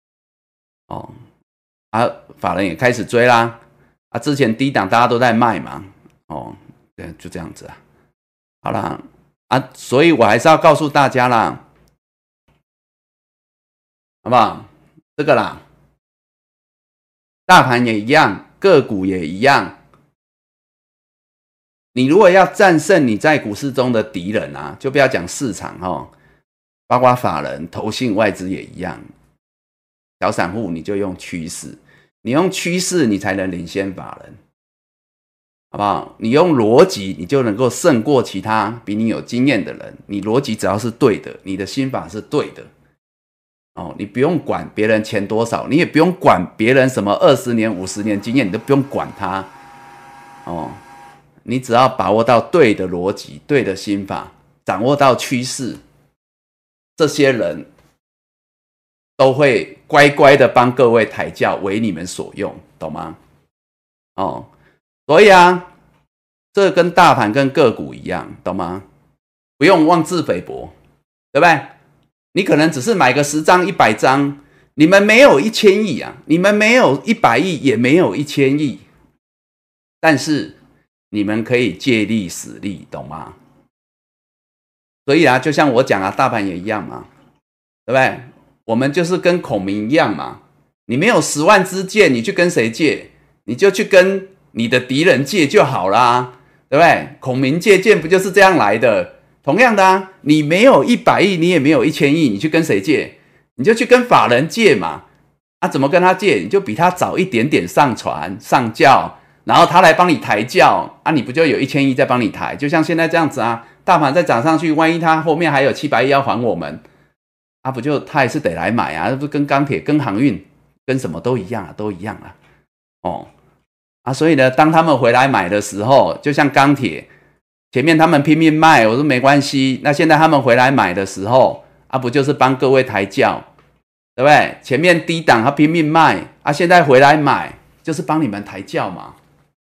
Speaker 1: 法人也开始追啦，之前低档大家都在卖嘛，对，就这样子啊，好啦，所以我还是要告诉大家啦，好不好？这个啦，大盘也一样，个股也一样。你如果要战胜你在股市中的敌人啊，就不要讲市场包括法人、投信、外资也一样。小散户你就用趋势，你用趋势你才能领先法人，好不好？你用逻辑你就能够胜过其他比你有经验的人。你逻辑只要是对的，你的心法是对的。你不用管别人钱多少，你也不用管别人什么20年、50年经验，你都不用管他。你只要把握到对的逻辑、对的心法，掌握到趋势，这些人都会乖乖的帮各位抬轿，为你们所用，懂吗？所以这跟大盘跟个股一样，懂吗？不用妄自菲薄，对不对？你可能只是买个10张、100张，你们没有1000亿啊，你们没有100亿，也没有1000亿，但是你们可以借力使力，懂吗？所以就像我讲大盘也一样嘛，对不对？我们就是跟孔明一样嘛，你没有10万支箭，你去跟谁借？你就去跟你的敌人借就好啦，对不对？孔明借箭不就是这样来的？同样的你没有100亿，你也没有1000亿，你去跟谁借？你就去跟法人借嘛。怎么跟他借？你就比他早一点点上船上轿，然后他来帮你抬轿你不就有1000亿在帮你抬？就像现在这样子大盘再涨上去，万一他后面还有700亿要还我们不就他也是得来买不跟钢铁、跟航运、跟什么都一样都一样所以呢，当他们回来买的时候，就像钢铁。前面他们拼命卖，我说没关系。那现在他们回来买的时候不就是帮各位抬轿，对不对？前面低档他拼命卖现在回来买，就是帮你们抬轿嘛。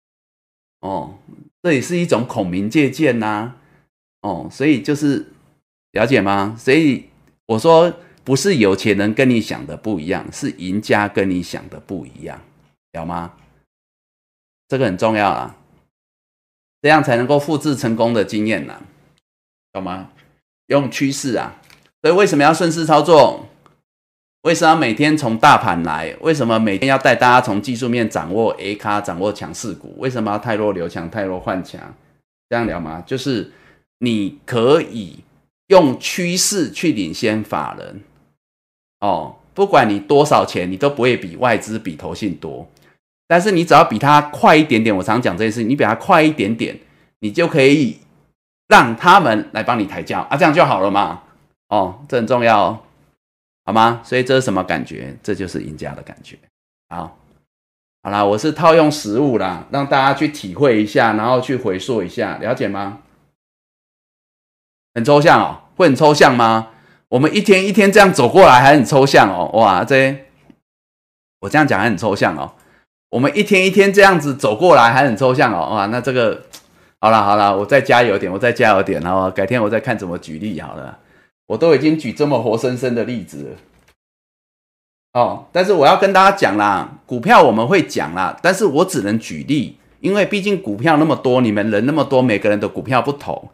Speaker 1: 这也是一种孔明借箭所以就是了解吗？所以我说不是有钱人跟你想的不一样，是赢家跟你想的不一样，了吗？这个很重要啦。这样才能够复制成功的经验懂吗？用趋势所以为什么要顺势操作？为什么要每天从大盘来？为什么每天要带大家从技术面掌握 A 咖，掌握强势股？为什么要太弱留强，太弱换强？这样聊吗？就是你可以用趋势去领先法人不管你多少钱，你都不会比外资、比投信多。但是你只要比他快一点点，我常讲这件事，你比他快一点点，你就可以让他们来帮你抬轿这样就好了嘛。这很重要好吗？所以这是什么感觉？这就是赢家的感觉。好啦，我是套用实物啦，让大家去体会一下，然后去回溯一下，了解吗？很抽象会很抽象吗？我们一天一天这样走过来还很抽象哇，我这样讲还很抽象我们一天一天这样子走过来还很抽象哇，那这个好啦，我再加油点，然后改天我再看怎么举例好了。我都已经举这么活生生的例子了但是我要跟大家讲啦，股票我们会讲啦，但是我只能举例，因为毕竟股票那么多，你们人那么多，每个人的股票不同。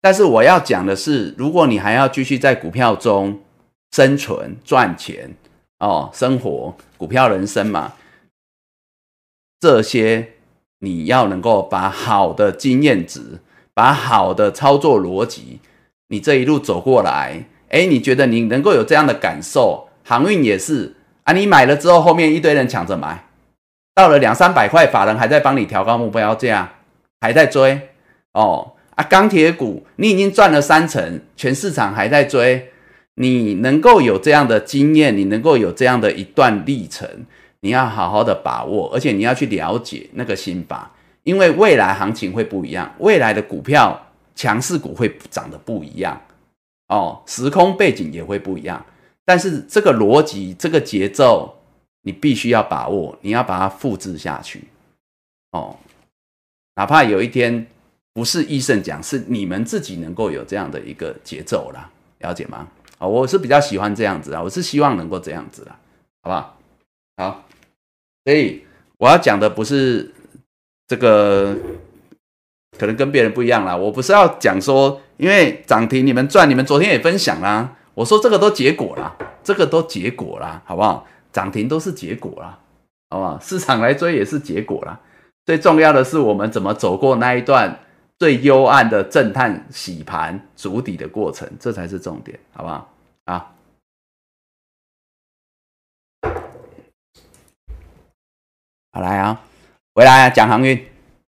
Speaker 1: 但是我要讲的是，如果你还要继续在股票中生存、赚钱哦，生活股票人生嘛，这些你要能够把好的经验值、把好的操作逻辑，你这一路走过来，你觉得你能够有这样的感受？航运也是啊，你买了之后，后面一堆人抢着买，到了200-300块，法人还在帮你调高目标价，还在追哦。钢铁股你已经赚了30%，全市场还在追，你能够有这样的经验，你能够有这样的一段历程，你要好好的把握，而且你要去了解那个心法，因为未来行情会不一样，未来的股票强势股会涨得不一样哦，时空背景也会不一样，但是这个逻辑、这个节奏，你必须要把握，你要把它复制下去哦，哪怕有一天不是医生讲，是你们自己能够有这样的一个节奏啦，了解吗？我是比较喜欢这样子啦，我是希望能够这样子啦，好不好？好，所以我要讲的不是这个，可能跟别人不一样啦。我不是要讲说，因为涨停你们赚，你们昨天也分享啦。我说这个都结果啦，这个都结果啦，好不好？涨停都是结果啦，好不好？市场来追也是结果啦。最重要的是我们怎么走过那一段最幽暗的震撼洗盘筑底的过程，这才是重点，好不好？啊，好来啊，回来啊，讲航运。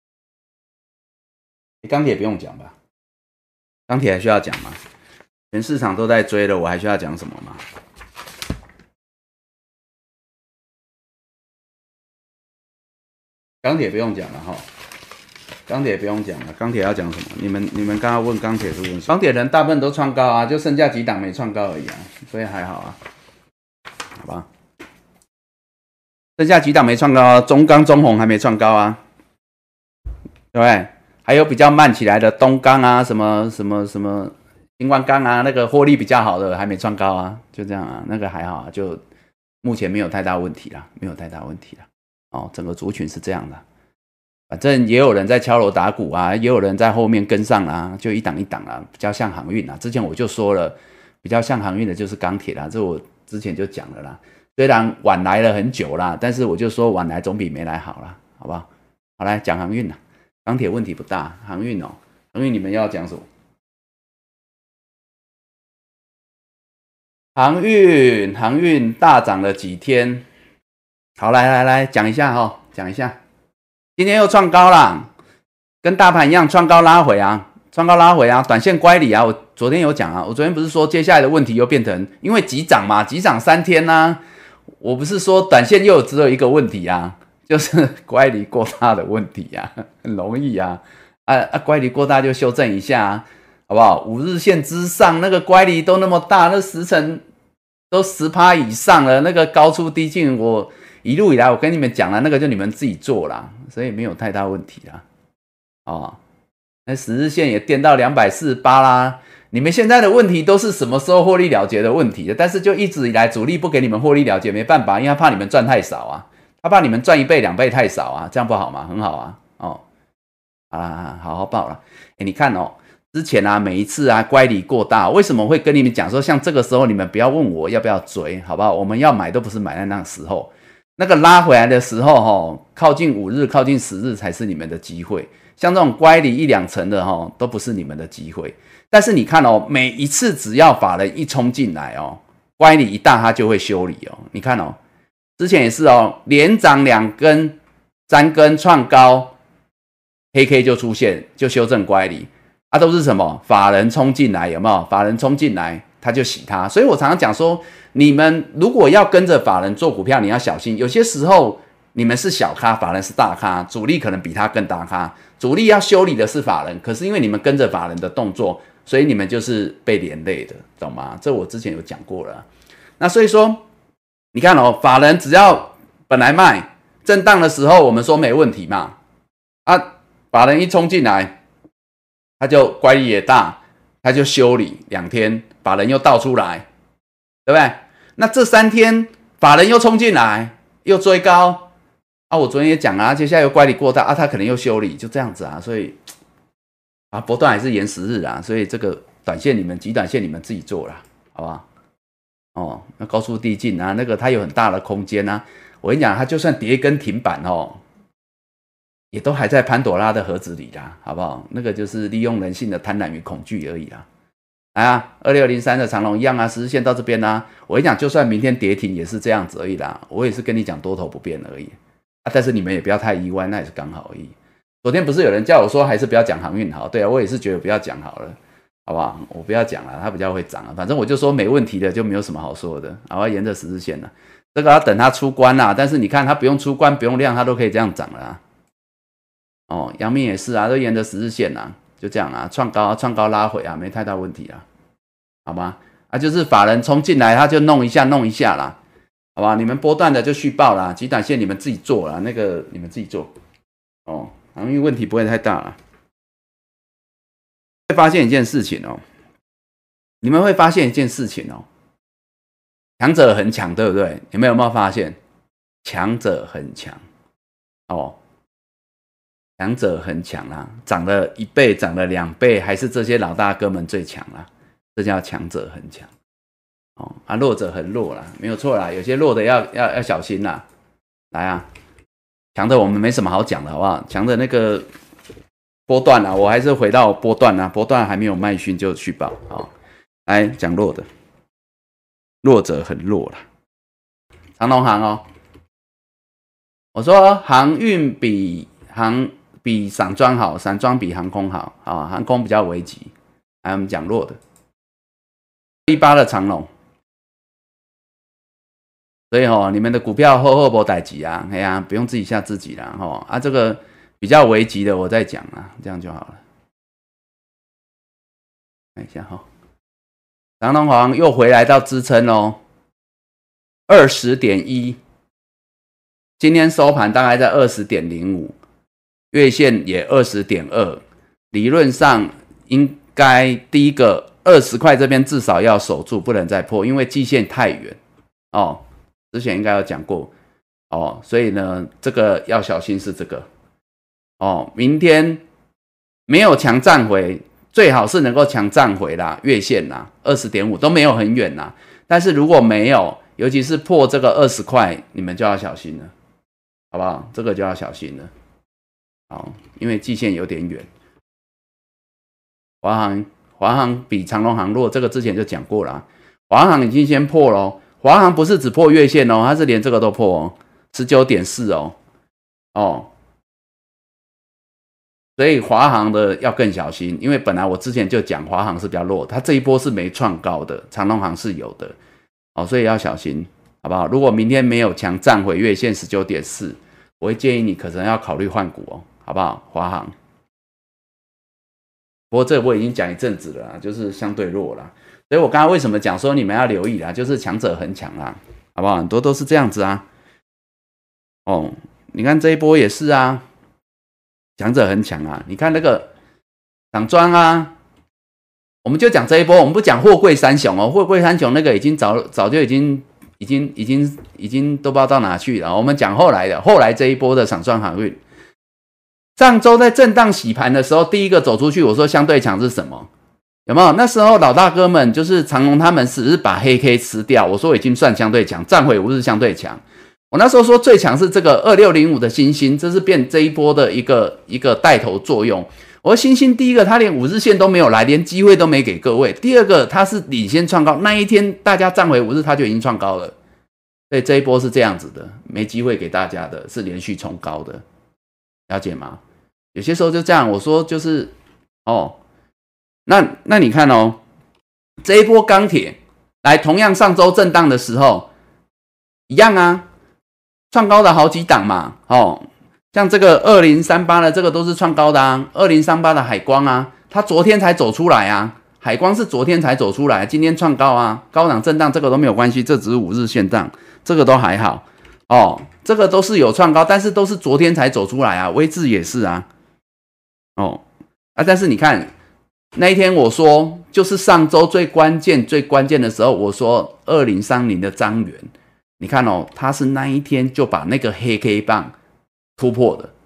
Speaker 1: 钢铁不用讲吧？钢铁还需要讲吗？全市场都在追了，我还需要讲什么吗？钢铁不用讲了哈。钢铁不用讲了，钢铁要讲什么？你们刚刚问钢铁是问钢铁人大部分都创高啊，就剩下几档没创高而已啊，所以还好啊，好吧？剩下几档没创高啊，中钢、中红还没创高啊，对不对？还有比较慢起来的东钢啊，什么新万钢啊，那个获利比较好的还没创高啊，就这样啊，那个还好啊，就目前没有太大问题啦，没有太大问题啦。哦，整个族群是这样的。反正也有人在敲锣打鼓啊，也有人在后面跟上啊，就一档一档啊，比较像航运啊。之前我就说了，比较像航运的就是钢铁啦，这我之前就讲了啦。虽然晚来了很久啦，但是我就说晚来总比没来好啦，好不好？好，来讲航运啦，钢铁问题不大，航运哦，航运你们要讲什么？航运大涨了几天？好，来讲一下哈，讲一下。今天又创高啦，跟大盘一样创高拉回啊，短线乖离啊。我昨天有讲啊，我昨天不是说接下来的问题又变成因为急涨嘛，急涨3天啊，我不是说短线又只有一个问题啊，就是乖离过大的问题啊，很容易啊，乖离过大就修正一下啊，好不好？5日线之上那个乖离都那么大，那10成都10%以上了，那个高出低进我。一路以来，我跟你们讲了，那个就你们自己做啦，所以没有太大问题啦。哦，那10日线也垫到248啦。你们现在的问题都是什么时候获利了结的问题，但是就一直以来主力不给你们获利了结，没办法，因为他怕你们赚太少啊，他怕你们赚1倍2倍太少啊，这样不好吗？很好啊，哦，好好报了。你看哦，之前啊，每一次啊乖离过大，为什么会跟你们讲说，像这个时候你们不要问我要不要追，好不好？我们要买都不是买在那个时候。那个拉回来的时候，靠近5日、靠近10日才是你们的机会。像这种乖离1-2成的都不是你们的机会。但是你看哦，每一次只要法人一冲进来哦，乖离一大，它就会修理哦。你看哦，之前也是哦，连涨2根、3根创高，黑 K 就出现，就修正乖离啊，都是什么？法人冲进来有没有？法人冲进来，他就洗它。所以我常常讲说。你们如果要跟着法人做股票，你要小心。有些时候你们是小咖，法人是大咖，主力可能比他更大咖。主力要修理的是法人，可是因为你们跟着法人的动作，所以你们就是被连累的，懂吗？这我之前有讲过了。那所以说，你看哦，法人只要本来卖震荡的时候，我们说没问题嘛。啊，法人一冲进来，他就乖离也大，他就修理2天，法人又倒出来，对不对？那这3天法人又冲进来，又追高啊！我昨天也讲啊，接下来又乖离过大啊，他可能又修理，就这样子啊。所以啊，波段还是延10日啦，所以这个短线极短线你们自己做啦，好不好？哦，那高速递进啊，那个它有很大的空间啊。我跟你讲，它就算跌一根停板哦，也都还在潘朵拉的盒子里啦，好不好？那个就是利用人性的贪婪与恐惧而已啦。来啊，2603的长荣一样啊，10日线到这边啦。我跟你讲，就算明天跌停也是这样子而已啦。我也是跟你讲多头不变而已啊，但是你们也不要太意外，那也是刚好而已。昨天不是有人叫我说还是不要讲航运好？对啊，我也是觉得不要讲好了。好不好？我不要讲了，它比较会涨啊。反正我就说没问题的，就没有什么好说的。好，要沿着10日线了，这个要等它出关啦。但是你看它不用出关，不用量，它都可以这样涨了啊。哦，阳明也是啊，都沿着10日线啊，就这样啊，创高拉回啊，没太大问题啊，好吗？啊，就是法人冲进来，他就弄一下啦，好吧？你们波段的就续报啦，极短线你们自己做啦，那个你们自己做哦，航运问题不会太大啦。会发现一件事情哦，你们会发现一件事情哦，强者很强，对不对？你们有没有发现？强者很强哦，强者很强啦，涨了1倍，涨了2倍，还是这些老大哥们最强啦，这叫强者很强哦。啊，弱者很弱啦，没有错啦，有些弱的要小心啦。来啊，强的我们没什么好讲的，好不好？强的那个。波段啊，我还是回到波段啊，波段还没有卖讯就续报。好，来讲弱的，弱者很弱啦。长荣航哦，我说航运比散装好，散装比航空好啊，航空比较危急。来，我们讲弱的，18的长荣，所以哦，你们的股票后没代志啊，哎呀，不用自己吓自己啦，吼啊，这个。比较危急的，我再讲啊，这样就好了。看一下哈，长荣航又回来到支撑哦，20.1，今天收盘大概在20.05，月线也20.2，理论上应该第一个20块这边至少要守住，不能再破，因为季线太远哦。之前应该有讲过哦，所以呢，这个要小心是这个。哦，明天没有强站回，最好是能够强站回啦，月线啦，20.5都没有很远啦。但是如果没有，尤其是破这个20块，你们就要小心了，好不好？这个就要小心了。好，因为季线有点远。华航比长荣航弱，这个之前就讲过了。华航已经先破了，华航不是只破月线哦，它是连这个都破哦，19.4哦，哦。所以华航的要更小心，因为本来我之前就讲华航是比较弱，它这一波是没创高的，长荣航是有的，哦，所以要小心，好不好？如果明天没有强站回月线19.4，我会建议你可能要考虑换股哦，好不好？华航，不过这我已经讲一阵子了啦，就是相对弱啦，所以我刚刚为什么讲说你们要留意啦，就是强者很强啦，好不好？很多都是这样子啊，哦，你看这一波也是啊。强者很强啊！你看那个港庄啊，我们就讲这一波，我们不讲货柜三雄哦，货柜三雄那个已经早就已经都不知道到哪去了。我们讲后来的，后来这一波的散装航运，上周在震荡洗盘的时候，第一个走出去，我说相对强是什么？有没有？那时候老大哥们就是长荣他们只是把黑 K 吃掉，我说已经算相对强，站回5日相对强。我那时候说最强是这个2605的星星，这是变这一波的一个带头作用。我说星星第一个，它连5日线都没有来，连机会都没给各位。第二个，它是领先创高，那一天大家站回5日，它就已经创高了。所以这一波是这样子的，没机会给大家的，是连续冲高的，了解吗？有些时候就这样，我说就是哦，那你看哦，这一波钢铁来，同样上周震荡的时候一样啊。创高的好几档嘛，哦，像这个2038的这个都是创高的啊，2038的海光啊，它昨天才走出来啊，海光是昨天才走出来，今天创高啊，高档震荡这个都没有关系，这只是5日线档，这个都还好哦，这个都是有创高，但是都是昨天才走出来啊，威致也是啊，哦啊，但是你看那一天我说就是上周最关键的时候，我说2030的张元。你看哦，他是那一天就把那个黑 K 棒突破的，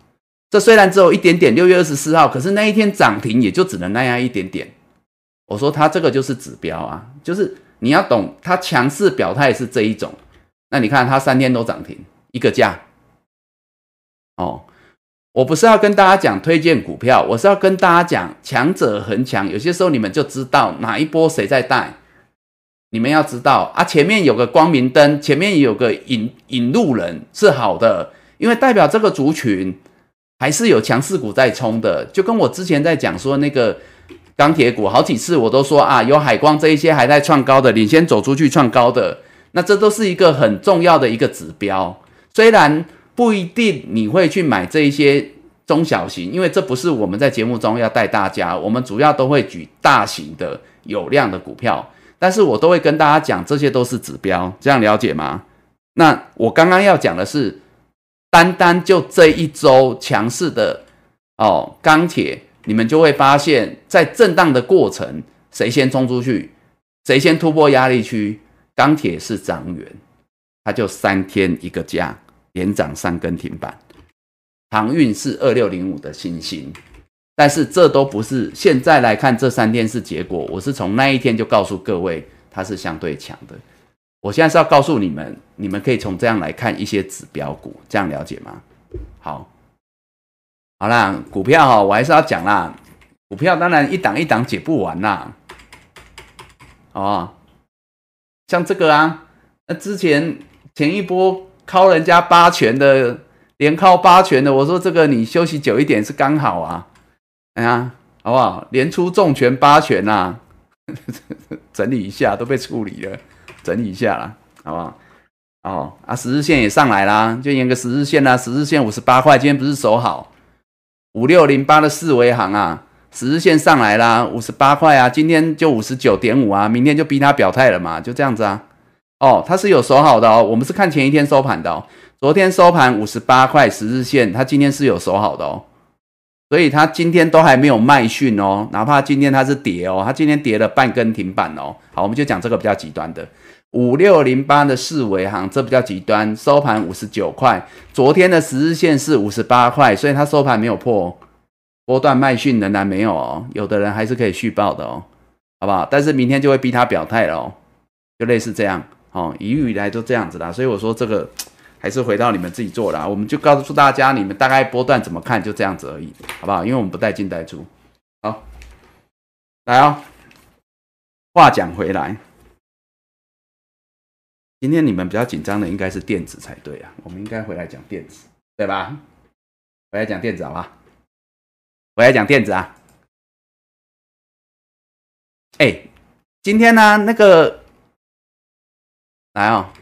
Speaker 1: 这虽然只有一点点，6月24号，可是那一天涨停也就只能那样一点点。我说它这个就是指标啊，就是你要懂它强势表态是这一种。那你看它3天都涨停，一个价。哦，我不是要跟大家讲推荐股票，我是要跟大家讲强者恒强。有些时候你们就知道哪一波谁在带，你们要知道啊，前面有个光明灯，前面有个引路人是好的，因为代表这个族群还是有强势股在冲的。就跟我之前在讲说那个钢铁股，好几次我都说啊，有海光这一些还在创高的，领先走出去创高的，那这都是一个很重要的一个指标。虽然不一定你会去买这一些中小型，因为这不是我们在节目中要带大家，我们主要都会举大型的有量的股票，但是我都会跟大家讲这些都是指标，这样了解吗？那我刚刚要讲的是单单就这一周强势的钢铁，你们就会发现在震荡的过程，谁先冲出去，谁先突破压力区，钢铁是涨源，它就3天一个价，连涨3根停板。航运是2605的新兴，但是这都不是现在来看这3天是结果，我是从那一天就告诉各位它是相对强的。我现在是要告诉你们，你们可以从这样来看一些指标股，这样了解吗？好啦，股票我还是要讲啦，股票当然一档一档解不完啦。像这个啊，那之前一波靠人家8拳的，连靠8拳的，我说这个你休息久一点是刚好啊，好不好？连出重拳8拳啊，整理一下都被处理了，整理一下啦，好不好？10日线也上来啦，就沿个10日线啦，10日线58块，今天不是守好5608的四维行啊，10日线上来啦，58块啊，今天就59.5啊，明天就逼他表态了嘛，就这样子啊。它是有守好的哦，我们是看前一天收盘的哦，昨天收盘58块10日线，它今天是有守好的哦，所以它今天都还没有卖讯哦，哪怕今天它是跌哦，它今天跌了半根停板哦。好，我们就讲这个比较极端的5608的四维行，这比较极端，收盘59块，昨天的10日线是58块，所以它收盘没有破波段卖讯，仍然没有哦，有的人还是可以续报的哦，好不好？但是明天就会逼他表态了哦，就类似这样一路以来都这样子啦，所以我说这个还是回到你们自己做啦，我们就告诉大家你们大概波段怎么看，就这样子而已，好不好？因为我们不带进带出。好，来话讲回来，今天你们比较紧张的应该是电子才对啊，我们应该回来讲电子，对吧？回来讲电子好吧？回来讲电子啊。今天呢那个来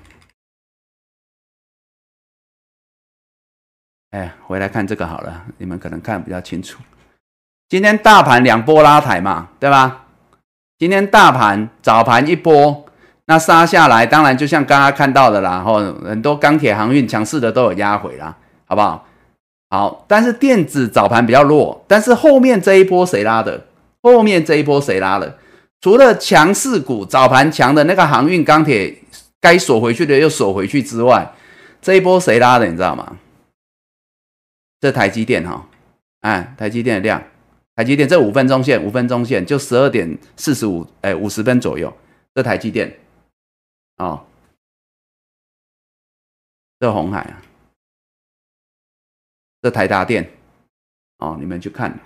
Speaker 1: 回来看这个好了，你们可能看比较清楚。今天大盘2波拉抬嘛，对吧？今天大盘早盘一波，那杀下来，当然就像刚刚看到的啦，很多钢铁航运强势的都有压回啦，好不好？好，但是电子早盘比较弱，但是后面这一波谁拉的？后面这一波谁拉的？除了强势股早盘强的那个航运钢铁该锁回去的又锁回去之外，这一波谁拉的？你知道吗？这台积电台积电的量，台积电这5分钟线就12点45 50分左右，这台积电这鸿海啊，这台达电你们去看，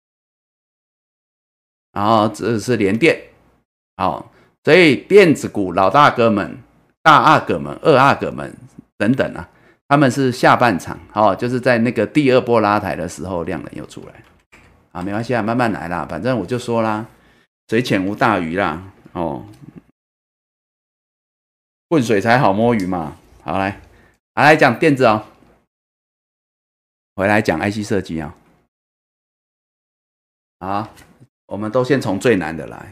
Speaker 1: 然后这是联电所以电子股老大哥们、大阿哥们、二阿哥们等等啊，他们是下半场就是在那个第2波拉抬的时候量能又出来没关系慢慢来啦，反正我就说啦，水浅无大鱼啦混水才好摸鱼嘛。好，来讲电子回来讲 IC 设计我们都先从最难的来。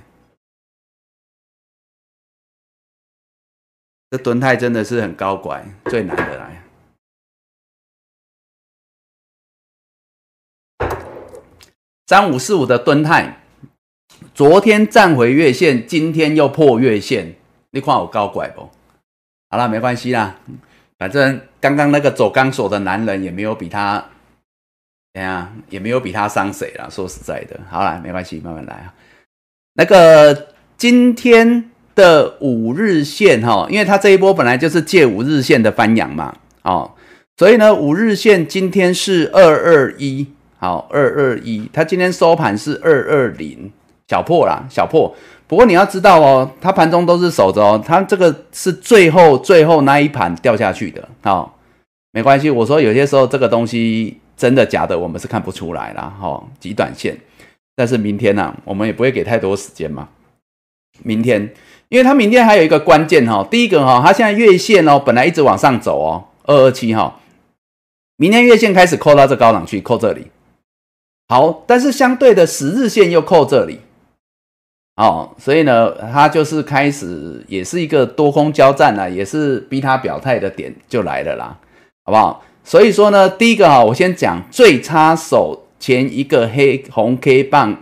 Speaker 1: 这敦泰真的是很高拐，最难的来。3545的敦泰，昨天站回月线，今天又破月线，你看有高拐不？好啦，没关系啦，反正刚刚那个走钢索的男人也没有比他怎样也没有比他伤谁啦，说实在的。好啦，没关系，慢慢来啊。那个今天的5日线因为它这一波本来就是借5日线的翻扬嘛，所以呢5日线今天是221，好221，它今天收盘是220，小破啦，小破。不过你要知道它盘中都是守着它这个是最后那一盘掉下去的，没关系。我说有些时候这个东西真的假的我们是看不出来啦，极短线。但是明天我们也不会给太多时间嘛。明天，因为它明天还有一个关键第一个它现在月线本来一直往上走227明天月线开始扣到这高档去，扣这里。好，但是相对的10日线又扣这里。所以呢，它就是开始也是一个多空交战啦，也是逼他表态的点就来了啦，好不好？所以说呢，第一个我先讲最差手前一个红 K 棒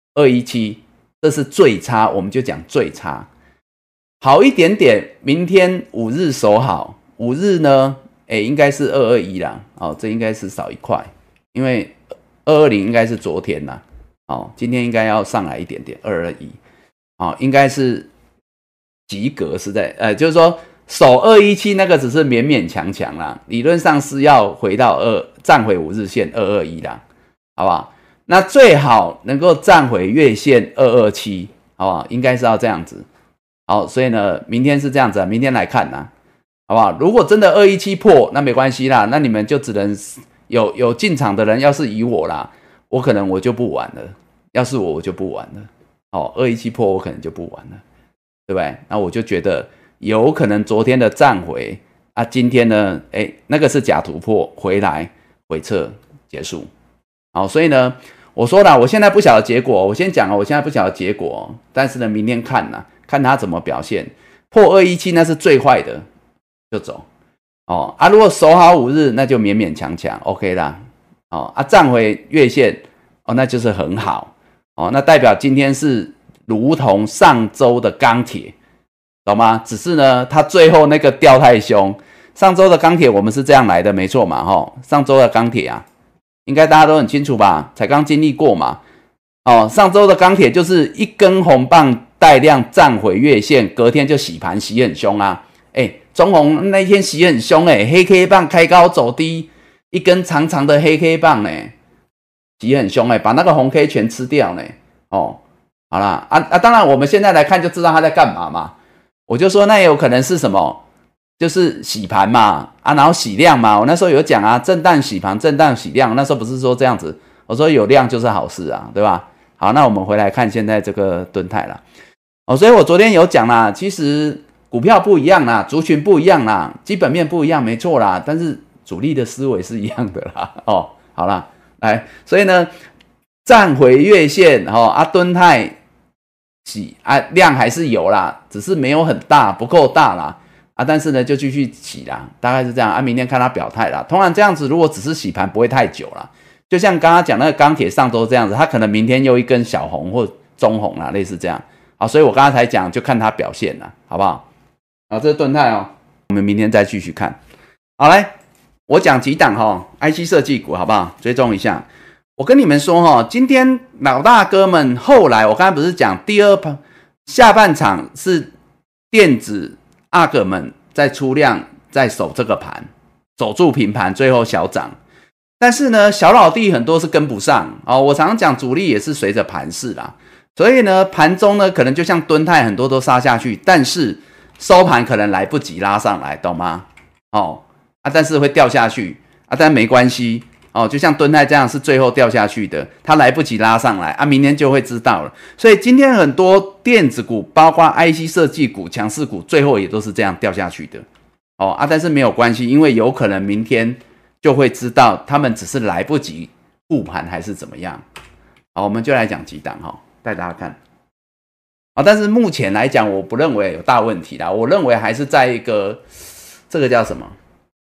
Speaker 1: 217，这是最差，我们就讲最差。好一点点，明天5日守好，5日呢，应该是221啦，这应该是少一块，因为220应该是昨天啦，今天应该要上来一点点221。应该是及格是在就是说守217那个只是勉勉强强啦，理论上是要回到站回5日线221啦，好不好？那最好能够站回月线227，好不好？应该是要这样子。好，所以呢，明天是这样子明天来看啦，好不好？如果真的217破，那没关系啦，那你们就只能有进场的人，要是以我啦，我可能我就不玩了，要是我就不玩了。217破我可能就不玩了，对不对？那我就觉得有可能昨天的站回今天呢，那个是假突破回来回撤结束。好，所以呢，我说了，我现在不晓得结果，我先讲我现在不晓得结果，但是呢，明天看看他怎么表现。破217那是最坏的，就走。如果守好5日，那就勉勉强强 OK 啦。站回月线那就是很好。那代表今天是如同上周的钢铁，懂吗？只是呢，它最后那个掉太凶。上周的钢铁我们是这样来的，没错嘛，上周的钢铁应该大家都很清楚吧？才刚经历过嘛。上周的钢铁就是一根红棒带量站回月线，隔天就洗盘洗很凶中红那天洗很凶黑 K 棒开高走低，一根长长的黑 K 棒洗很凶把那个红 K 全吃掉呢。好啦当然我们现在来看就知道他在干嘛嘛。我就说那也有可能是什么，就是洗盘嘛然后洗量嘛。我那时候有讲震荡洗盘，震荡洗量，那时候不是说这样子，我说有量就是好事对吧？好，那我们回来看现在这个敦泰啦。所以我昨天有讲啦，其实股票不一样啦，族群不一样啦，基本面不一样，没错啦，但是主力的思维是一样的啦。好啦。来，所以呢，站回月线敦泰洗量还是有啦，只是没有很大，不够大啦但是呢就继续洗啦，大概是这样明天看他表态啦。通常这样子，如果只是洗盘不会太久啦，就像刚刚讲那个钢铁上周这样子，它可能明天又一根小红或中红啦，类似这样。好，所以我刚刚才讲，就看它表现啦，好不好？好，这是敦泰我们明天再继续看。好，来。我讲几档IC 设计股好不好？追踪一下。我跟你们说今天老大哥们后来我刚才不是讲下半场是电子阿哥们在出量，在守这个盘，守住平盘，最后小涨。但是呢，小老弟很多是跟不上我常常讲主力也是随着盘势啦，所以呢盘中呢可能就像敦泰很多都杀下去，但是收盘可能来不及拉上来，懂吗？但是会掉下去但没关系就像敦泰这样是最后掉下去的，它来不及拉上来明天就会知道了。所以今天很多电子股，包括 IC 设计股、强势股，最后也都是这样掉下去的但是没有关系，因为有可能明天就会知道他们只是来不及护盘还是怎么样。好，我们就来讲几档带大家看但是目前来讲我不认为有大问题啦，我认为还是在一个这个叫什么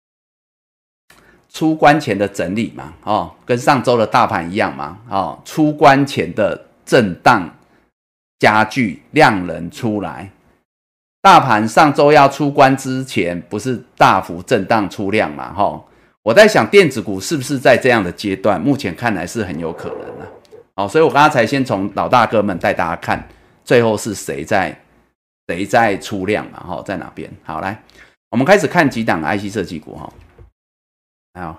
Speaker 1: 出关前的整理嘛跟上周的大盘一样嘛出关前的震荡加剧，量能出来。大盘上周要出关之前不是大幅震荡出量嘛我在想电子股是不是在这样的阶段，目前看来是很有可能的。好，所以我刚才先从老大哥们带大家看，最后是谁在出量嘛？哈，在哪边？好，来，我们开始看几档 IC 设计股哈。好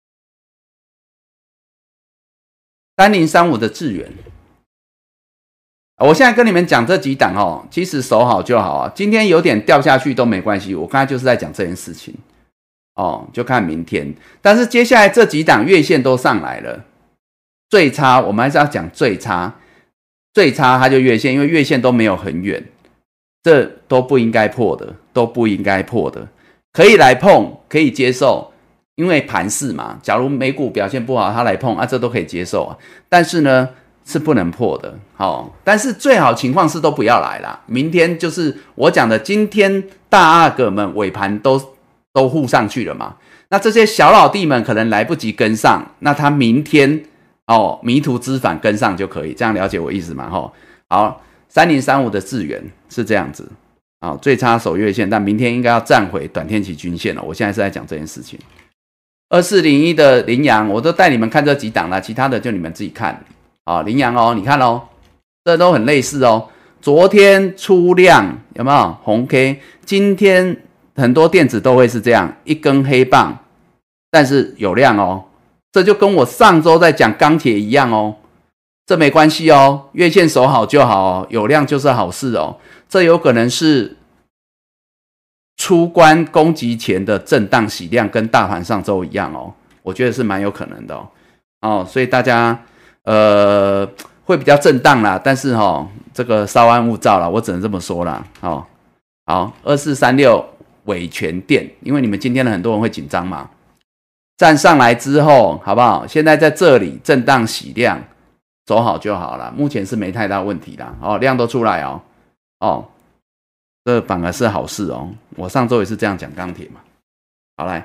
Speaker 1: ，3035的智原，我现在跟你们讲这几档哦，其实守好就好啊。今天有点掉下去都没关系，我刚才就是在讲这件事情哦，就看明天。但是接下来这几档月线都上来了，最差我们还是要讲最差它就月线，因为月线都没有很远，这都不应该破的，可以来碰，可以接受，因为盘势嘛。假如美股表现不好，它来碰啊，这都可以接受啊。但是呢，是不能破的。好，但是最好情况是都不要来啦。明天就是我讲的，今天大阿哥们尾盘都护上去了嘛。那这些小老弟们可能来不及跟上，那他明天迷途知返跟上就可以，这样了解我意思吗？好，3035的智原是这样子。好，最差守月线，但明天应该要站回短天期均线了。我现在是在讲这件事情。2401的羚羊，我都带你们看这几档了，其他的就你们自己看。啊，羚羊哦，你看哦，这都很类似哦。昨天出量有没有红 K？ 今天很多电子都会是这样，一根黑棒，但是有量哦。这就跟我上周在讲钢铁一样哦，这没关系哦，月线守好就好哦，有量就是好事哦。这有可能是出关攻击前的震荡洗量，跟大盘上周一样哦，我觉得是蛮有可能的哦。所以大家会比较震荡啦，但是这个稍安勿躁啦，我只能这么说啦。好，2436伟全电，因为你们今天的很多人会紧张嘛，站上来之后好不好？现在在这里震荡洗量，走好就好了，目前是没太大问题啦。量都出来这反而是好事哦。我上周也是这样讲钢铁嘛。好，来，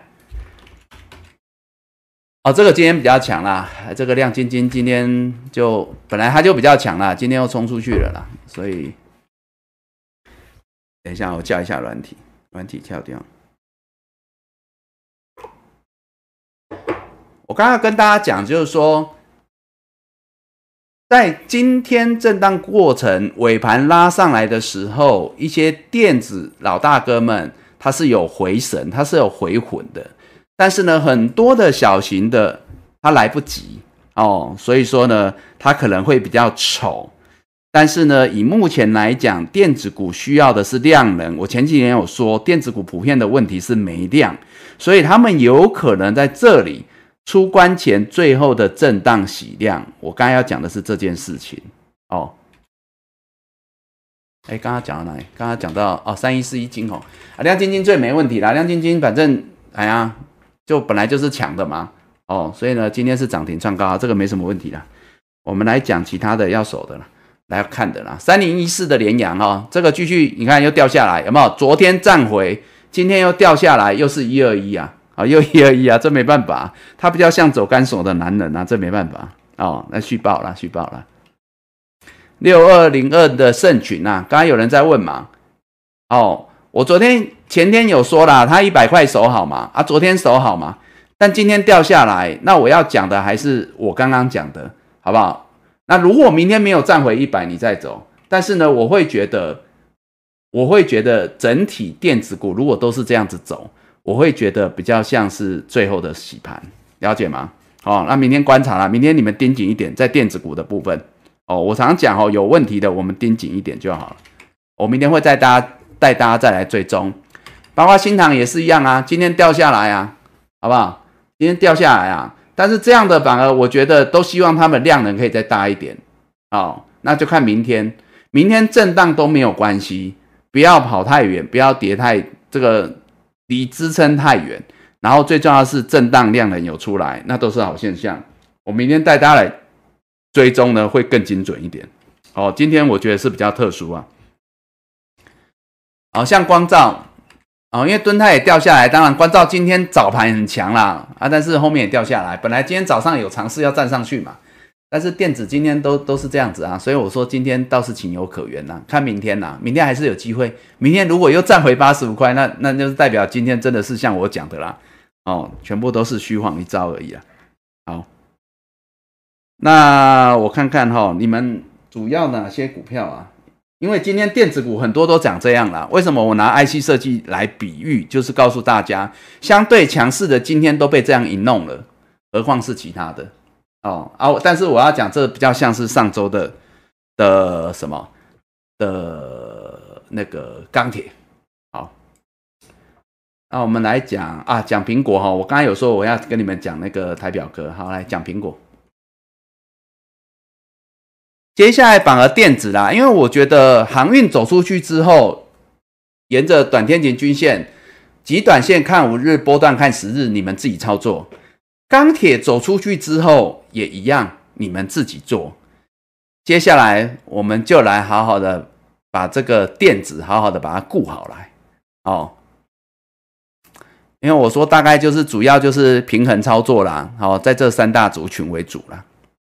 Speaker 1: 这个今天比较强啦，这个亮晶晶今天就本来它就比较强啦，今天又冲出去了啦，所以等一下我叫一下软体跳掉。我刚刚跟大家讲，就是说，在今天震荡过程尾盘拉上来的时候，一些电子老大哥们他是有回神，他是有回魂的，但是呢，很多的小型的他来不及所以说呢，他可能会比较丑。但是呢，以目前来讲，电子股需要的是量能。我前几年有说，电子股普遍的问题是没量，所以他们有可能在这里出关前最后的震荡洗量。我刚才要讲的是这件事情刚刚讲到哪里？刚刚讲到3141金亮晶晶最没问题啦，亮晶晶反正就本来就是强的嘛所以呢，今天是涨停创高这个没什么问题啦。我们来讲其他的要守的啦，来看的啦。3014的联阳这个继续你看又掉下来，有没有？昨天站回，今天又掉下来，又是121又121啊，这没办法，他比较像走干手的男人这没办法那续报啦。6202的盛群刚刚有人在问嘛我前天有说啦，他100块守好嘛昨天守好嘛，但今天掉下来，那我要讲的还是我刚刚讲的，好不好？那如果明天没有站回100，你再走，但是呢，我会觉得整体电子股如果都是这样子走，我会觉得比较像是最后的洗盘，了解吗？那明天观察啦，明天你们盯紧一点，在电子股的部分我常讲有问题的我们盯紧一点就好了。我明天会带大家再来追踪，包括新唐也是一样今天掉下来好不好？今天掉下来但是这样的反而我觉得都希望他们量能可以再大一点那就看明天震荡都没有关系，不要跑太远，不要跌这个离支撑太远，然后最重要的是震荡量能有出来，那都是好现象。我明天带大家来追踪呢，会更精准一点今天我觉得是比较特殊像光罩因为敦泰也掉下来，当然光罩今天早盘很强啦但是后面也掉下来，本来今天早上有尝试要站上去嘛，但是电子今天都是这样子所以我说今天倒是情有可原看明天明天还是有机会，明天如果又站回85块，那就是代表今天真的是像我讲的啦哦，全部都是虚晃一招而已啊。好，那我看看哈，你们主要哪些股票啊？因为今天电子股很多都讲这样啦，为什么我拿 IC 设计来比喻，就是告诉大家，相对强势的今天都被这样一弄了，何况是其他的哦啊！但是我要讲，这比较像是上周的什么的那个钢铁。好，那我们来讲啊，讲苹果哈，我刚才有说我要跟你们讲那个台表哥，好，来讲苹果。接下来反而电子啦，因为我觉得航运走出去之后，沿着短天期均线、极短线看5日，波段看10日，你们自己操作。钢铁走出去之后也一样，你们自己做。接下来我们就来好好的把这个电子好好的把它顾好来哦。因为我说大概就是主要就是平衡操作啦，好，在这3大族群为主啦。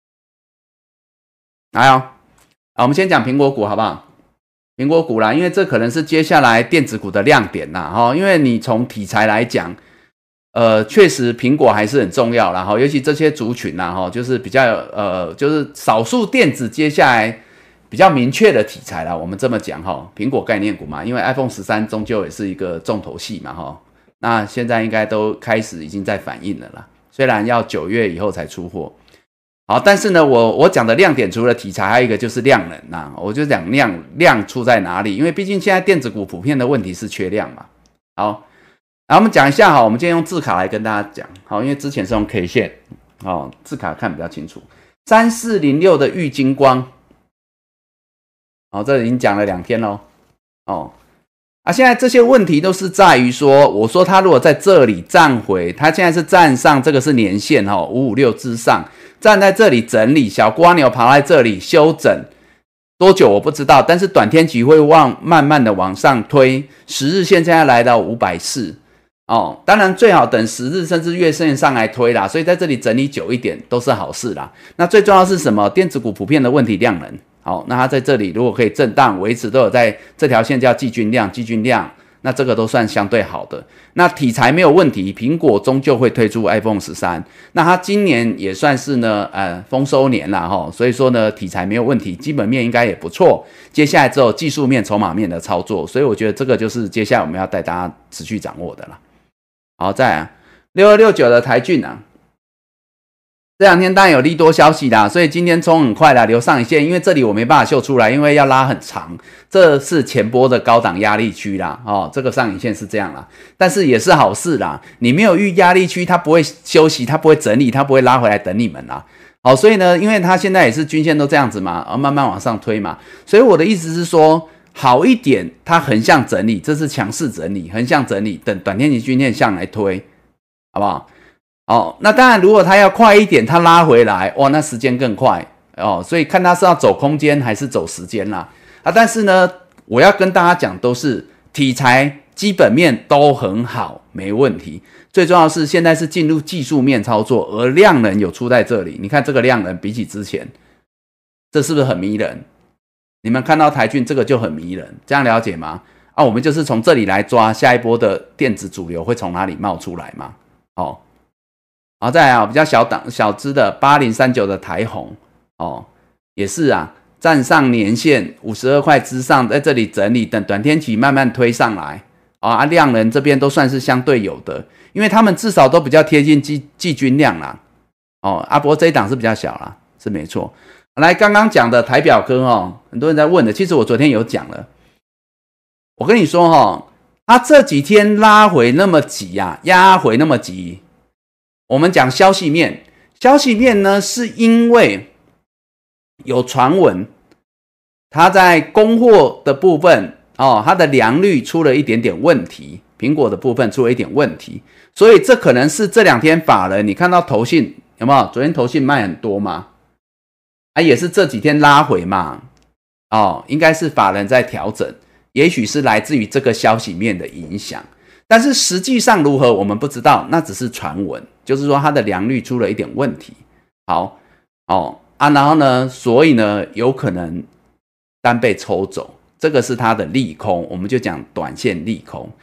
Speaker 1: 来哦，我们先讲苹果股好不好？苹果股啦，因为这可能是接下来电子股的亮点啦，哈，因为你从题材来讲，确实苹果还是很重要啦，哈，尤其这些族群啦，哈，就是比较就是少数电子接下来比较明确的题材啦，我们这么讲哈，苹果概念股嘛，因为 iPhone 13终究也是一个重头戏嘛，哈，那现在应该都开始已经在反应了啦，虽然要9月以后才出货。好，但是呢，我讲的亮点除了题材，还有一个就是量能呐。我就讲量出在哪里，因为毕竟现在电子股普遍的问题是缺量嘛。好，我们讲一下哈，我们今天用字卡来跟大家讲。好，因为之前是用 K 线，哦，字卡看比较清楚。3406的玉晶光，好，这已经讲了2天喽。哦，现在这些问题都是在于说，我说它如果在这里站回，它现在是站上，这个是年线哈，556之上。站在这里整理，小蜗牛爬在这里修整多久我不知道，但是短天期会慢慢的往上推，10日线现在来到540哦，当然最好等10日甚至月线上来推啦，所以在这里整理久一点都是好事啦。那最重要是什么？电子股普遍的问题量能，好，那它在这里如果可以震荡维持，都有在这条线叫季均量，那这个都算相对好的。那题材没有问题，苹果终究会推出 iPhone 13，那它今年也算是呢丰收年啦齁，所以说呢题材没有问题，基本面应该也不错。接下来只有技术面、筹码面的操作，所以我觉得这个就是接下来我们要带大家持续掌握的啦。好，再来6269的台骏啊。这2天当然有利多消息啦，所以今天冲很快啦，留上影线，因为这里我没办法秀出来，因为要拉很长，这是前波的高档压力区啦，哦，这个上影线是这样啦，但是也是好事啦，你没有遇压力区，它不会休息，它不会整理，它不会拉回来等你们啦，好，所以呢，因为它现在也是均线都这样子嘛，慢慢往上推嘛，所以我的意思是说，好一点，它横向整理，这是强势整理，横向整理，等短天期均线向来推，好不好？哦，那当然，如果它要快一点，它拉回来，哇，那时间更快哦。所以看它是要走空间还是走时间啦。但是呢，我要跟大家讲，都是题材基本面都很好，没问题。最重要的是现在是进入技术面操作，而量能有出在这里。你看这个量能比起之前，这是不是很迷人？你们看到台骏这个就很迷人，这样了解吗？我们就是从这里来抓下一波的电子主流会从哪里冒出来嘛？哦。好，再来比较小只的8039的台宏也是站上年线52块之上，在这里整理，等短天期慢慢推上来量能这边都算是相对有的，因为他们至少都比较贴近季均量啦不过这一档是比较小啦，是没错。来，刚刚讲的台表科很多人在问的，其实我昨天有讲了，我跟你说它这几天拉回那么急压回那么急。我们讲消息面呢，是因为有传闻，它在供货的部分它的良率出了一点点问题，苹果的部分出了一点问题，所以这可能是这2天法人，你看到投信有没有？昨天投信卖很多嘛，也是这几天拉回嘛，应该是法人在调整，也许是来自于这个消息面的影响。但是实际上如何我们不知道，那只是传闻，就是说它的良率出了一点问题。好然后呢，所以呢有可能单被抽走，这个是它的利空，我们就讲短线利空。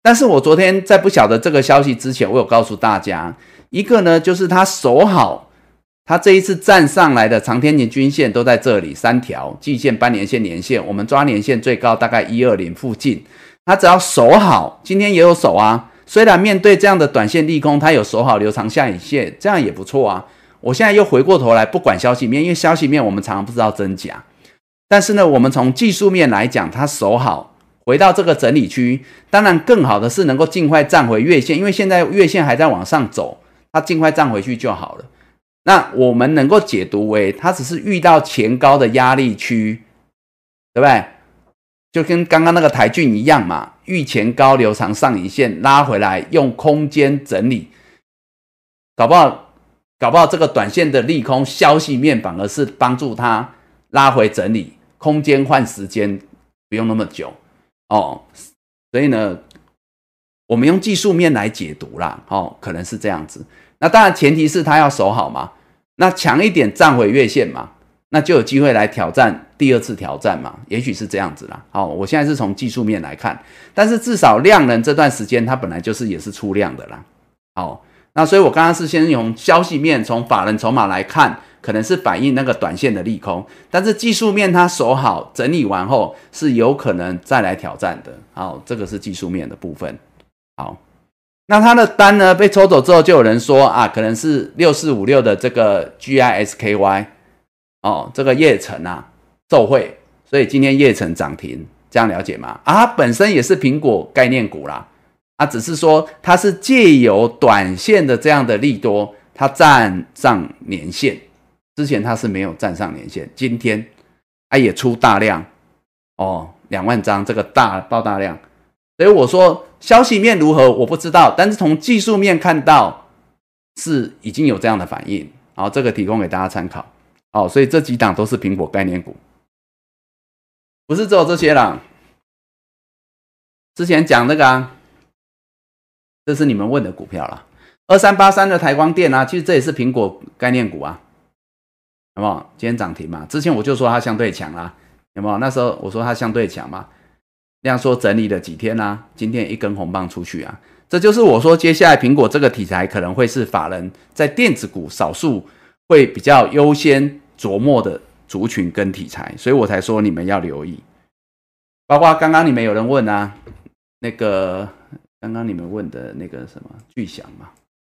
Speaker 1: 但是我昨天在不晓得这个消息之前，我有告诉大家，一个呢就是它守好，它这一次站上来的长天期均线都在这里3条，季线、半年线、年线，我们抓年线最高大概120附近，它只要守好，今天也有守啊。虽然面对这样的短线利空，它有守好留长下影线，这样也不错啊。我现在又回过头来，不管消息面，因为消息面我们常常不知道真假，但是呢，我们从技术面来讲，它守好。回到这个整理区，当然更好的是能够尽快站回月线，因为现在月线还在往上走，它尽快站回去就好了。那我们能够解读为它只是遇到前高的压力区，对不对？就跟刚刚那个台骏一样嘛，遇前高留长上影线拉回来，用空间整理，搞不好这个短线的利空消息面反而是帮助它拉回整理，空间换时间不用那么久。所以呢，我们用技术面来解读啦，可能是这样子。那当然前提是它要守好嘛，那强一点站回月线嘛，那就有机会来挑战第2次挑战嘛，也许是这样子啦。我现在是从技术面来看，但是至少量能这段时间它本来也是出量的啦。那所以我刚刚是先用消息面，从法人筹码来看。可能是反映那个短线的利空，但是技术面它守好整理完后是有可能再来挑战的。这个是技术面的部分。好，那它的单呢被抽走之后，就有人说啊，可能是6456的这个 GISKY 这个业成啊受惠，所以今天业成涨停，这样了解吗？它本身也是苹果概念股啦，只是说它是借由短线的这样的利多，它站上年线。之前它是没有站上年线，今天也出大量2万张，这个爆大量，所以我说消息面如何我不知道，但是从技术面看到是已经有这样的反应，这个提供给大家参考。所以这几档都是苹果概念股，不是只有这些啦。之前讲那个这是你们问的股票啦，2383的台光电其实这也是苹果概念股啊。有没有？今天涨停嘛？之前我就说它相对强啦，有没有？那时候我说它相对强嘛，量缩整理了几天啦，今天一根红棒出去啊，这就是我说接下来苹果这个题材可能会是法人在电子股少数会比较优先琢磨的族群跟题材，所以我才说你们要留意。包括刚刚你们有人问那个刚刚你们问的那个什么巨响嘛。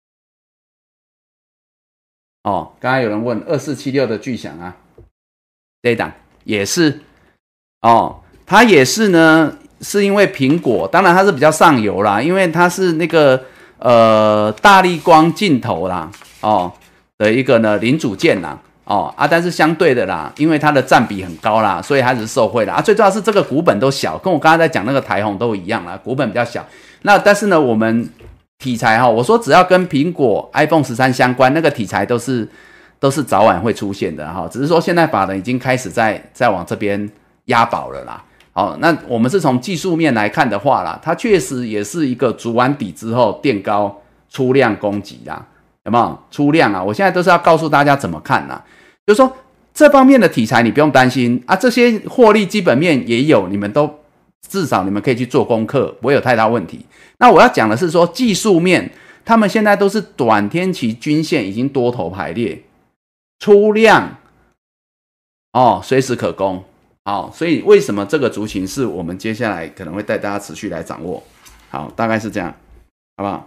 Speaker 1: 刚刚有人问2476的巨响这一档也是它也是呢，是因为苹果，当然它是比较上游啦，因为它是那个大立光镜头啦的一个呢零组件啦但是相对的啦，因为它的占比很高啦，所以它只是受惠啦最重要是这个股本都小，跟我刚才在讲那个台宏都一样啦，股本比较小。那但是呢，我们题材我说只要跟苹果 iPhone 13相关，那个题材都是早晚会出现的只是说现在法人已经开始在往这边押宝了啦。那我们是从技术面来看的话啦，它确实也是一个筑完底之后垫高出量攻击啦，有没有出量我现在都是要告诉大家怎么看啦，就是说这方面的题材你不用担心这些获利基本面也有，你们都至少你们可以去做功课，不会有太大问题。那我要讲的是说技术面，他们现在都是短天期均线已经多头排列，出量随时可攻所以为什么这个族群是我们接下来可能会带大家持续来掌握。好，大概是这样，好不好？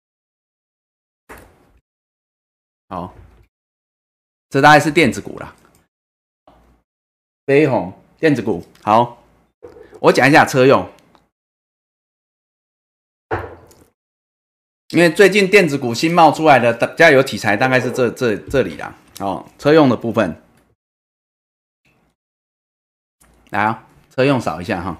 Speaker 1: 好，这大概是电子股啦，飞鸿电子股。好，我讲一下车用。因为最近电子股新冒出来的加油题材大概是这里啦车用的部分来车用扫一下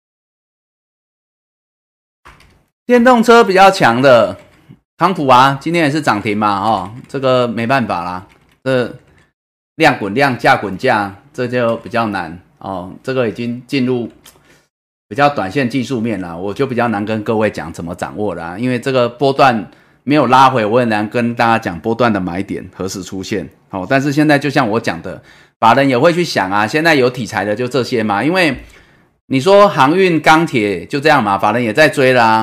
Speaker 1: 电动车比较强的康普今天也是涨停嘛这个没办法啦，这量滚量价滚价，这就比较难这个已经进入比较短线技术面啦，我就比较难跟各位讲怎么掌握啦，因为这个波段没有拉回，我很难跟大家讲波段的买点何时出现但是现在就像我讲的，法人也会去想现在有题材的就这些嘛，因为你说航运钢铁就这样嘛，法人也在追啦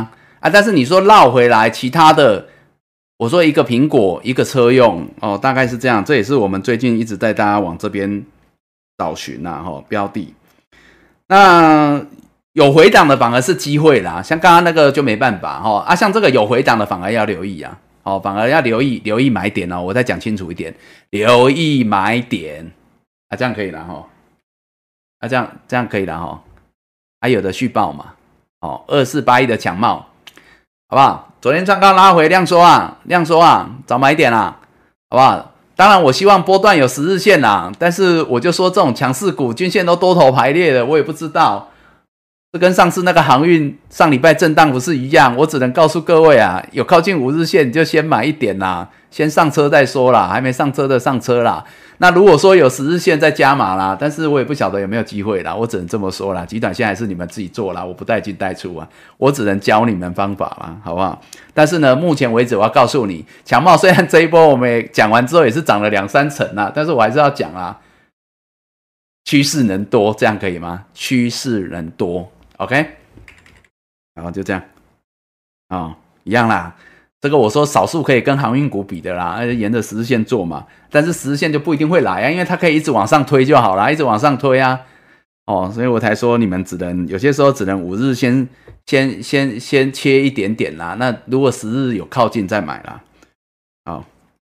Speaker 1: 啊。但是你说绕回来，其他的，我说一个苹果，一个车用哦，大概是这样。这也是我们最近一直带大家往这边找寻啦，标的。那有回档的反而是机会啦，像刚刚那个就没办法啊，像这个有回档的反而要留意啊，反而要留意买点哦。我再讲清楚一点，留意买点啊，这样可以了哈。啊，这样可以了哈。还有的续报嘛，2481的强茂，好不好？昨天创高拉回量缩啊，找买点啦，好不好？当然我希望波段有10日线啦，但是我就说这种强势股均线都多头排列的，我也不知道。这跟上次那个航运上礼拜震荡不是一样？我只能告诉各位啊，有靠近5日线你就先买一点啦，先上车再说啦，还没上车的上车啦。那如果说有10日线再加码啦，但是我也不晓得有没有机会啦，我只能这么说啦。极短线还是你们自己做啦，我不带进带出啊，我只能教你们方法啦，好不好？但是呢，目前为止我要告诉你，强茂虽然这一波我们也讲完之后也是涨了2-3成啦，但是我还是要讲啦，趋势能多，这样可以吗？趋势能多。OK， 然后就这样，一样啦。这个我说少数可以跟航运股比的啦，沿着10日线做嘛，但是10日线就不一定会来啊，因为它可以一直往上推就好啦，一直往上推啊，所以我才说你们有些时候只能5日先切一点点啦，那如果10日有靠近再买啦。好，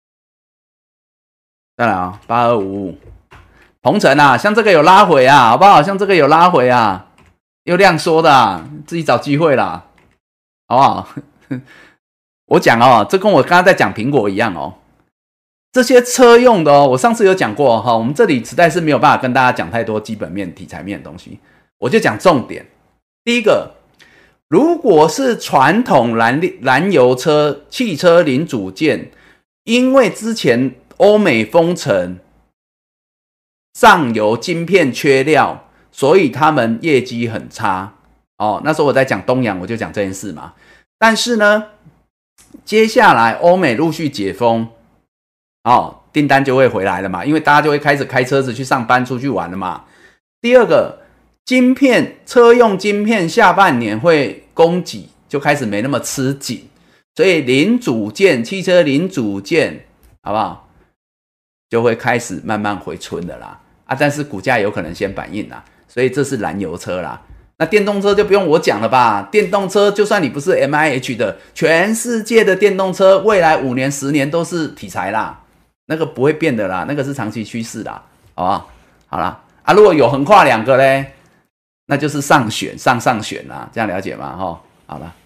Speaker 1: 再来啊，8255，鹏程啊，像这个有拉回啊，好不好？像这个有拉回啊。又量缩的啊，自己找机会啦，好不好？我讲这跟我刚刚在讲苹果一样这些车用的我上次有讲过我们这里实在是没有办法跟大家讲太多基本面、题材面的东西，我就讲重点。第一个，如果是传统燃油车、汽车零组件，因为之前欧美封城，上游晶片缺料。所以他们业绩很差那时候我在讲东洋，我就讲这件事嘛。但是呢，接下来欧美陆续解封订单就会回来了嘛，因为大家就会开始开车子去上班、出去玩了嘛。第二个，车用晶片下半年会供给就开始没那么吃紧，所以汽车零组件好不好，就会开始慢慢回春的啦但是股价有可能先反应啦。所以这是燃油车啦，那电动车就不用我讲了吧？电动车就算你不是 MIH 的，全世界的电动车未来5年、10年都是题材啦，那个不会变的啦，那个是长期趋势啦，好不好？好啦如果有横跨2个嘞，那就是上选啦，这样了解吗？好了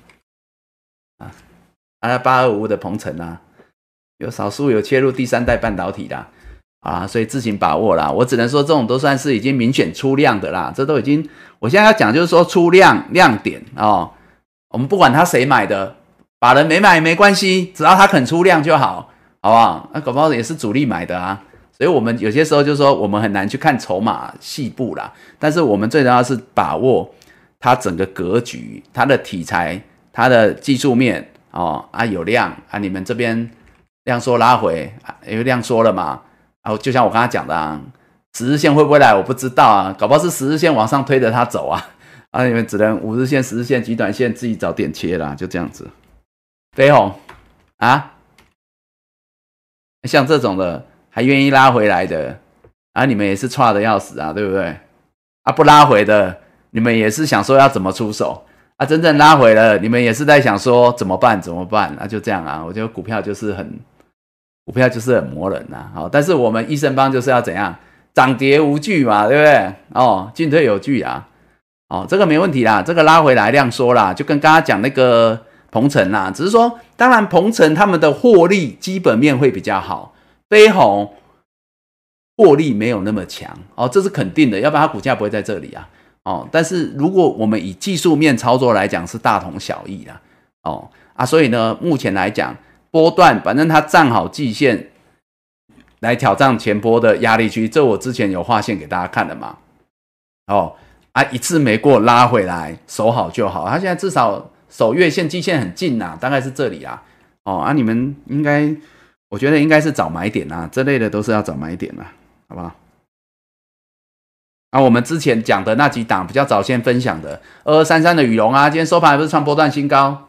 Speaker 1: 8255的鹏程啊，有少数有切入第3代半导体啦。所以自行把握啦，我只能说这种都算是已经明显出量的啦，这都已经，我现在要讲就是说出量点我们不管他谁买的，法人没买也没关系，只要他肯出量就好，好不好？那搞不好也是主力买的啊，所以我们有些时候就是说我们很难去看筹码细部啦，但是我们最重要是把握它整个格局、它的题材、它的技术面有量你们这边量缩拉回因为量缩了嘛。就像我刚才讲的10日线会不会来我不知道搞不好是10日线往上推着它走你们只能5日线、10日线、极短线自己找点切啦，就这样子。飞鸿像这种的还愿意拉回来的你们也是差的要死对不对不拉回的你们也是想说要怎么出手真正拉回了你们也是在想说怎么办就这样我觉得股票就是很磨人但是我们益盛帮就是要怎样涨跌无惧嘛，对不对进退有据这个没问题啦，这个拉回来量缩啦，就跟刚刚讲那个鹏程啦，只是说当然鹏程他们的获利基本面会比较好，飞鸿获利没有那么强这是肯定的，要不然它股价不会在这里但是如果我们以技术面操作来讲是大同小异啦所以呢目前来讲波段反正它站好季线来挑战前波的压力区，这我之前有画线给大家看的嘛一次没过拉回来守好就好，它现在至少守月线季线很近大概是这里你们应该我觉得应该是找买点这类的都是要找买点好不好我们之前讲的那几档比较早先分享的2233的宇隆今天收盘还不是创波段新高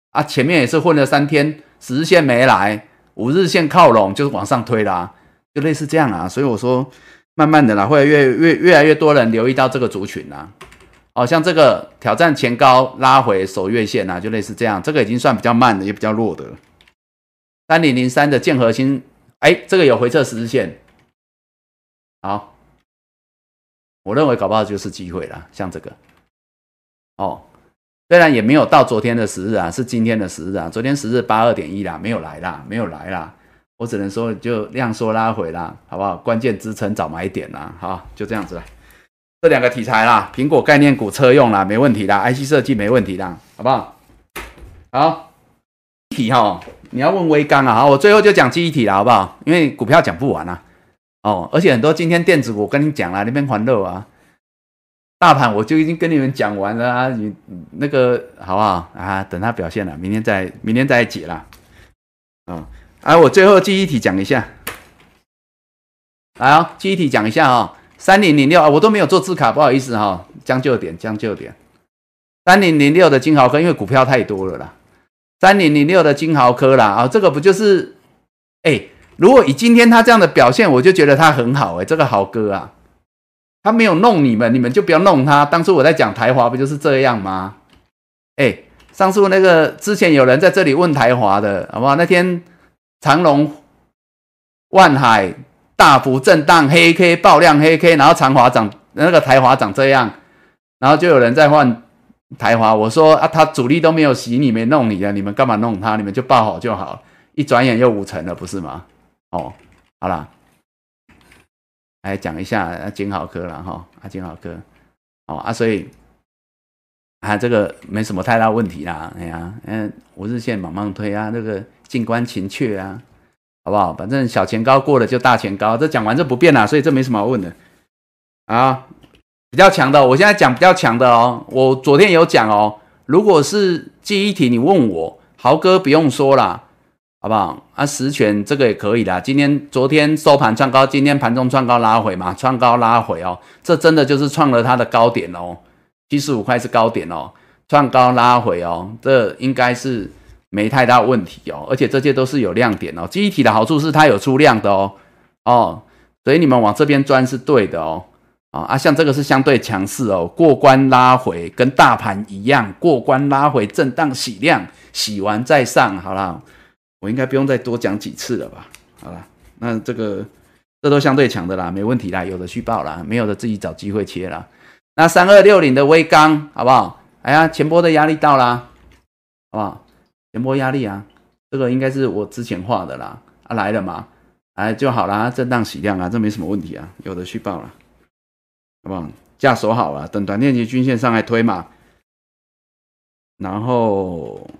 Speaker 1: 啊，前面也是混了3天，10日线没来，5日线靠拢就是往上推啦，就类似这样啊。所以我说，慢慢的啦，会越来越多人留意到这个族群啦。哦，像这个挑战前高拉回守月线啊，就类似这样，这个已经算比较慢的，也比较弱的。3003的建核心，哎，这个有回撤10日线，好，我认为搞不好就是机会啦，像这个，哦，虽然也没有到昨天的10日啊，是今天的10日啊，昨天10日82.1啦，没有来啦，我只能说就量缩拉回啦，好不好？关键支撑找买点啦，好，就这样子啦。这2个题材啦，苹果概念股车用啦，没问题啦 ，IC 设计没问题啦，好不好？好，题哈，你要问微刚啊，好，我最后就讲记忆体啦，好不好？因为股票讲不完啊，哦，而且很多今天电子股我跟你讲啦，那边还肉啊，大盘我就已经跟你们讲完了啊，你那个好不好啊？等它表现了，明天再解啦，我最后记忆体讲一下，来哦，记忆体讲一下哦。3006啊，我都没有做字卡，不好意思哈，将就点。3006的金豪科，因为股票太多了啦。3006的金豪科啦，啊，这个不就是，如果以今天他这样的表现，我就觉得他很好这个豪哥啊，他没有弄你们，你们就不要弄他。当初我在讲台华不就是这样吗？上述那个之前有人在这里问台华的，好不好？那天长荣、万海。大幅震荡黑 K 爆量黑 K， 然后长华涨，那个台华涨这样，然后就有人在换台华。我说啊，他主力都没有洗你，没弄你啊，你们干嘛弄他？你们就报好就好。一转眼又5成了，不是吗？哦，好啦，来讲一下金豪科啦哈，金豪科，所以这个没什么太大问题啦。5日线猛猛推啊，那个静观情却啊。好不好？反正小前高过了就大前高，这讲完这不变啦，所以这没什么好问的啊。比较强的，我现在讲比较强的哦。我昨天有讲哦，如果是记忆体，你问我豪哥不用说啦，好不好？实权这个也可以啦。昨天收盘创高，今天盘中创高拉回嘛，创高拉回哦，这真的就是创了它的高点哦，75块是高点哦，创高拉回哦，这应该是。没太大问题哦，而且这些都是有亮点哦。记忆体的好处是它有出量的哦，所以你们往这边钻是对的哦。像这个是相对强势哦，过关拉回，跟大盘一样，过关拉回，震荡洗量，洗完再上，好啦，我应该不用再多讲几次了吧？好啦，那这都相对强的啦，没问题啦，有的续报啦，没有的自己找机会切啦。那3260的微刚好不好？前波的压力到啦，好不好？前波压力啊，这个应该是我之前画的啦，来了嘛，就好啦，震荡洗量啊，这没什么问题啊，有的续报了，好不好？价守好了，等短线期均线上来推嘛，然后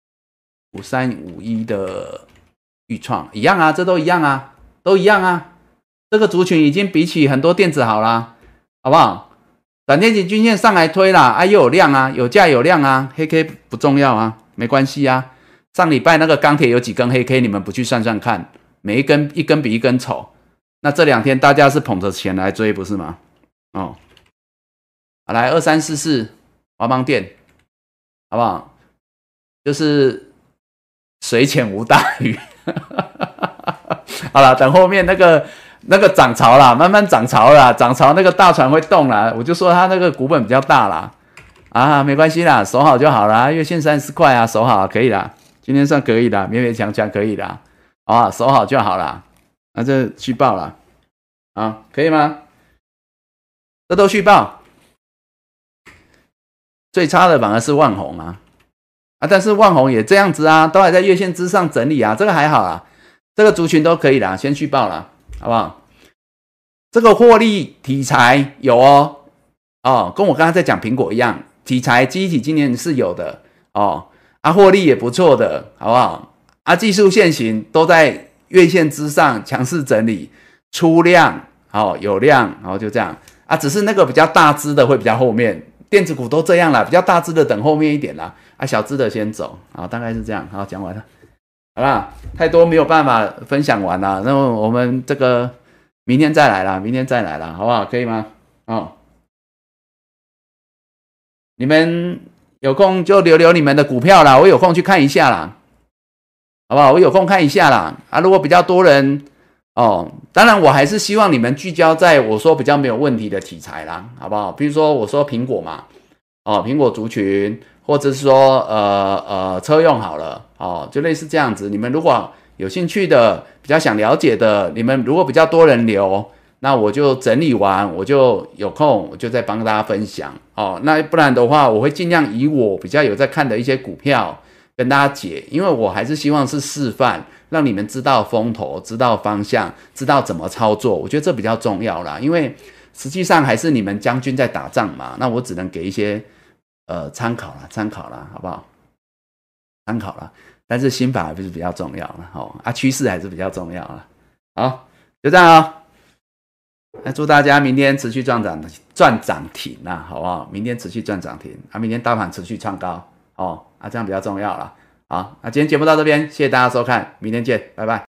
Speaker 1: 5351的预创一样啊，这都一样啊，这个族群已经比起很多电子好啦，好不好？短线期均线上来推啦，又有量啊，有价有量啊，黑 K 不重要啊。没关系啊，上礼拜那个钢铁有几根黑 K， 你们不去算算看，每一根比一根丑。那这2天大家是捧着钱来追，不是吗？好来2344华邦电，好不好？就是水浅无大鱼。好了，等后面那个涨潮啦，慢慢涨潮啦，涨潮那个大船会动啦，我就说它那个股本比较大啦。没关系啦，守好就好啦，月线30块啊，守好可以啦，今天算可以啦，勉勉强强可以啦，守好就好啦。这续报啦，可以吗？这都续报，最差的反而是万宏啊，但是万宏也这样子啊，都还在月线之上整理啊，这个还好啦，这个族群都可以啦，先续报啦，好不好？这个获利题材有跟我刚刚在讲苹果一样。题材记忆体今年是有的获利也不错的，好不好？技术线型都在月线之上强势整理，出量有量，然后就这样只是那个比较大只的会比较后面，电子股都这样啦，比较大只的等后面一点啦，小只的先走，大概是这样，好，讲完了，好啦，太多没有办法分享完啦，那我们这个明天再来啦，好不好？可以吗？你们有空就留留你们的股票啦，我有空去看一下啦，好不好？我有空看一下啦。啊，如果比较多人哦，当然我还是希望你们聚焦在我说比较没有问题的题材啦，好不好？比如说我说苹果嘛，哦，苹果族群，或者是说车用好了，哦，就类似这样子。你们如果有兴趣的，比较想了解的，你们如果比较多人留，那我就整理完，我就有空，我就再帮大家分享哦。那不然的话，我会尽量以我比较有在看的一些股票跟大家解，因为我还是希望是示范，让你们知道风头，知道方向，知道怎么操作。我觉得这比较重要啦，因为实际上还是你们将军在打仗嘛，那我只能给一些参考啦，好不好？参考啦。但是心法还是比较重要了哦，趋势还是比较重要了。好，就这样哦。那祝大家明天持续赚涨停啦，好不好？明天持续赚涨停明天大盘持续创高哦，这样比较重要了。好，那今天节目到这边，谢谢大家收看，明天见，拜拜。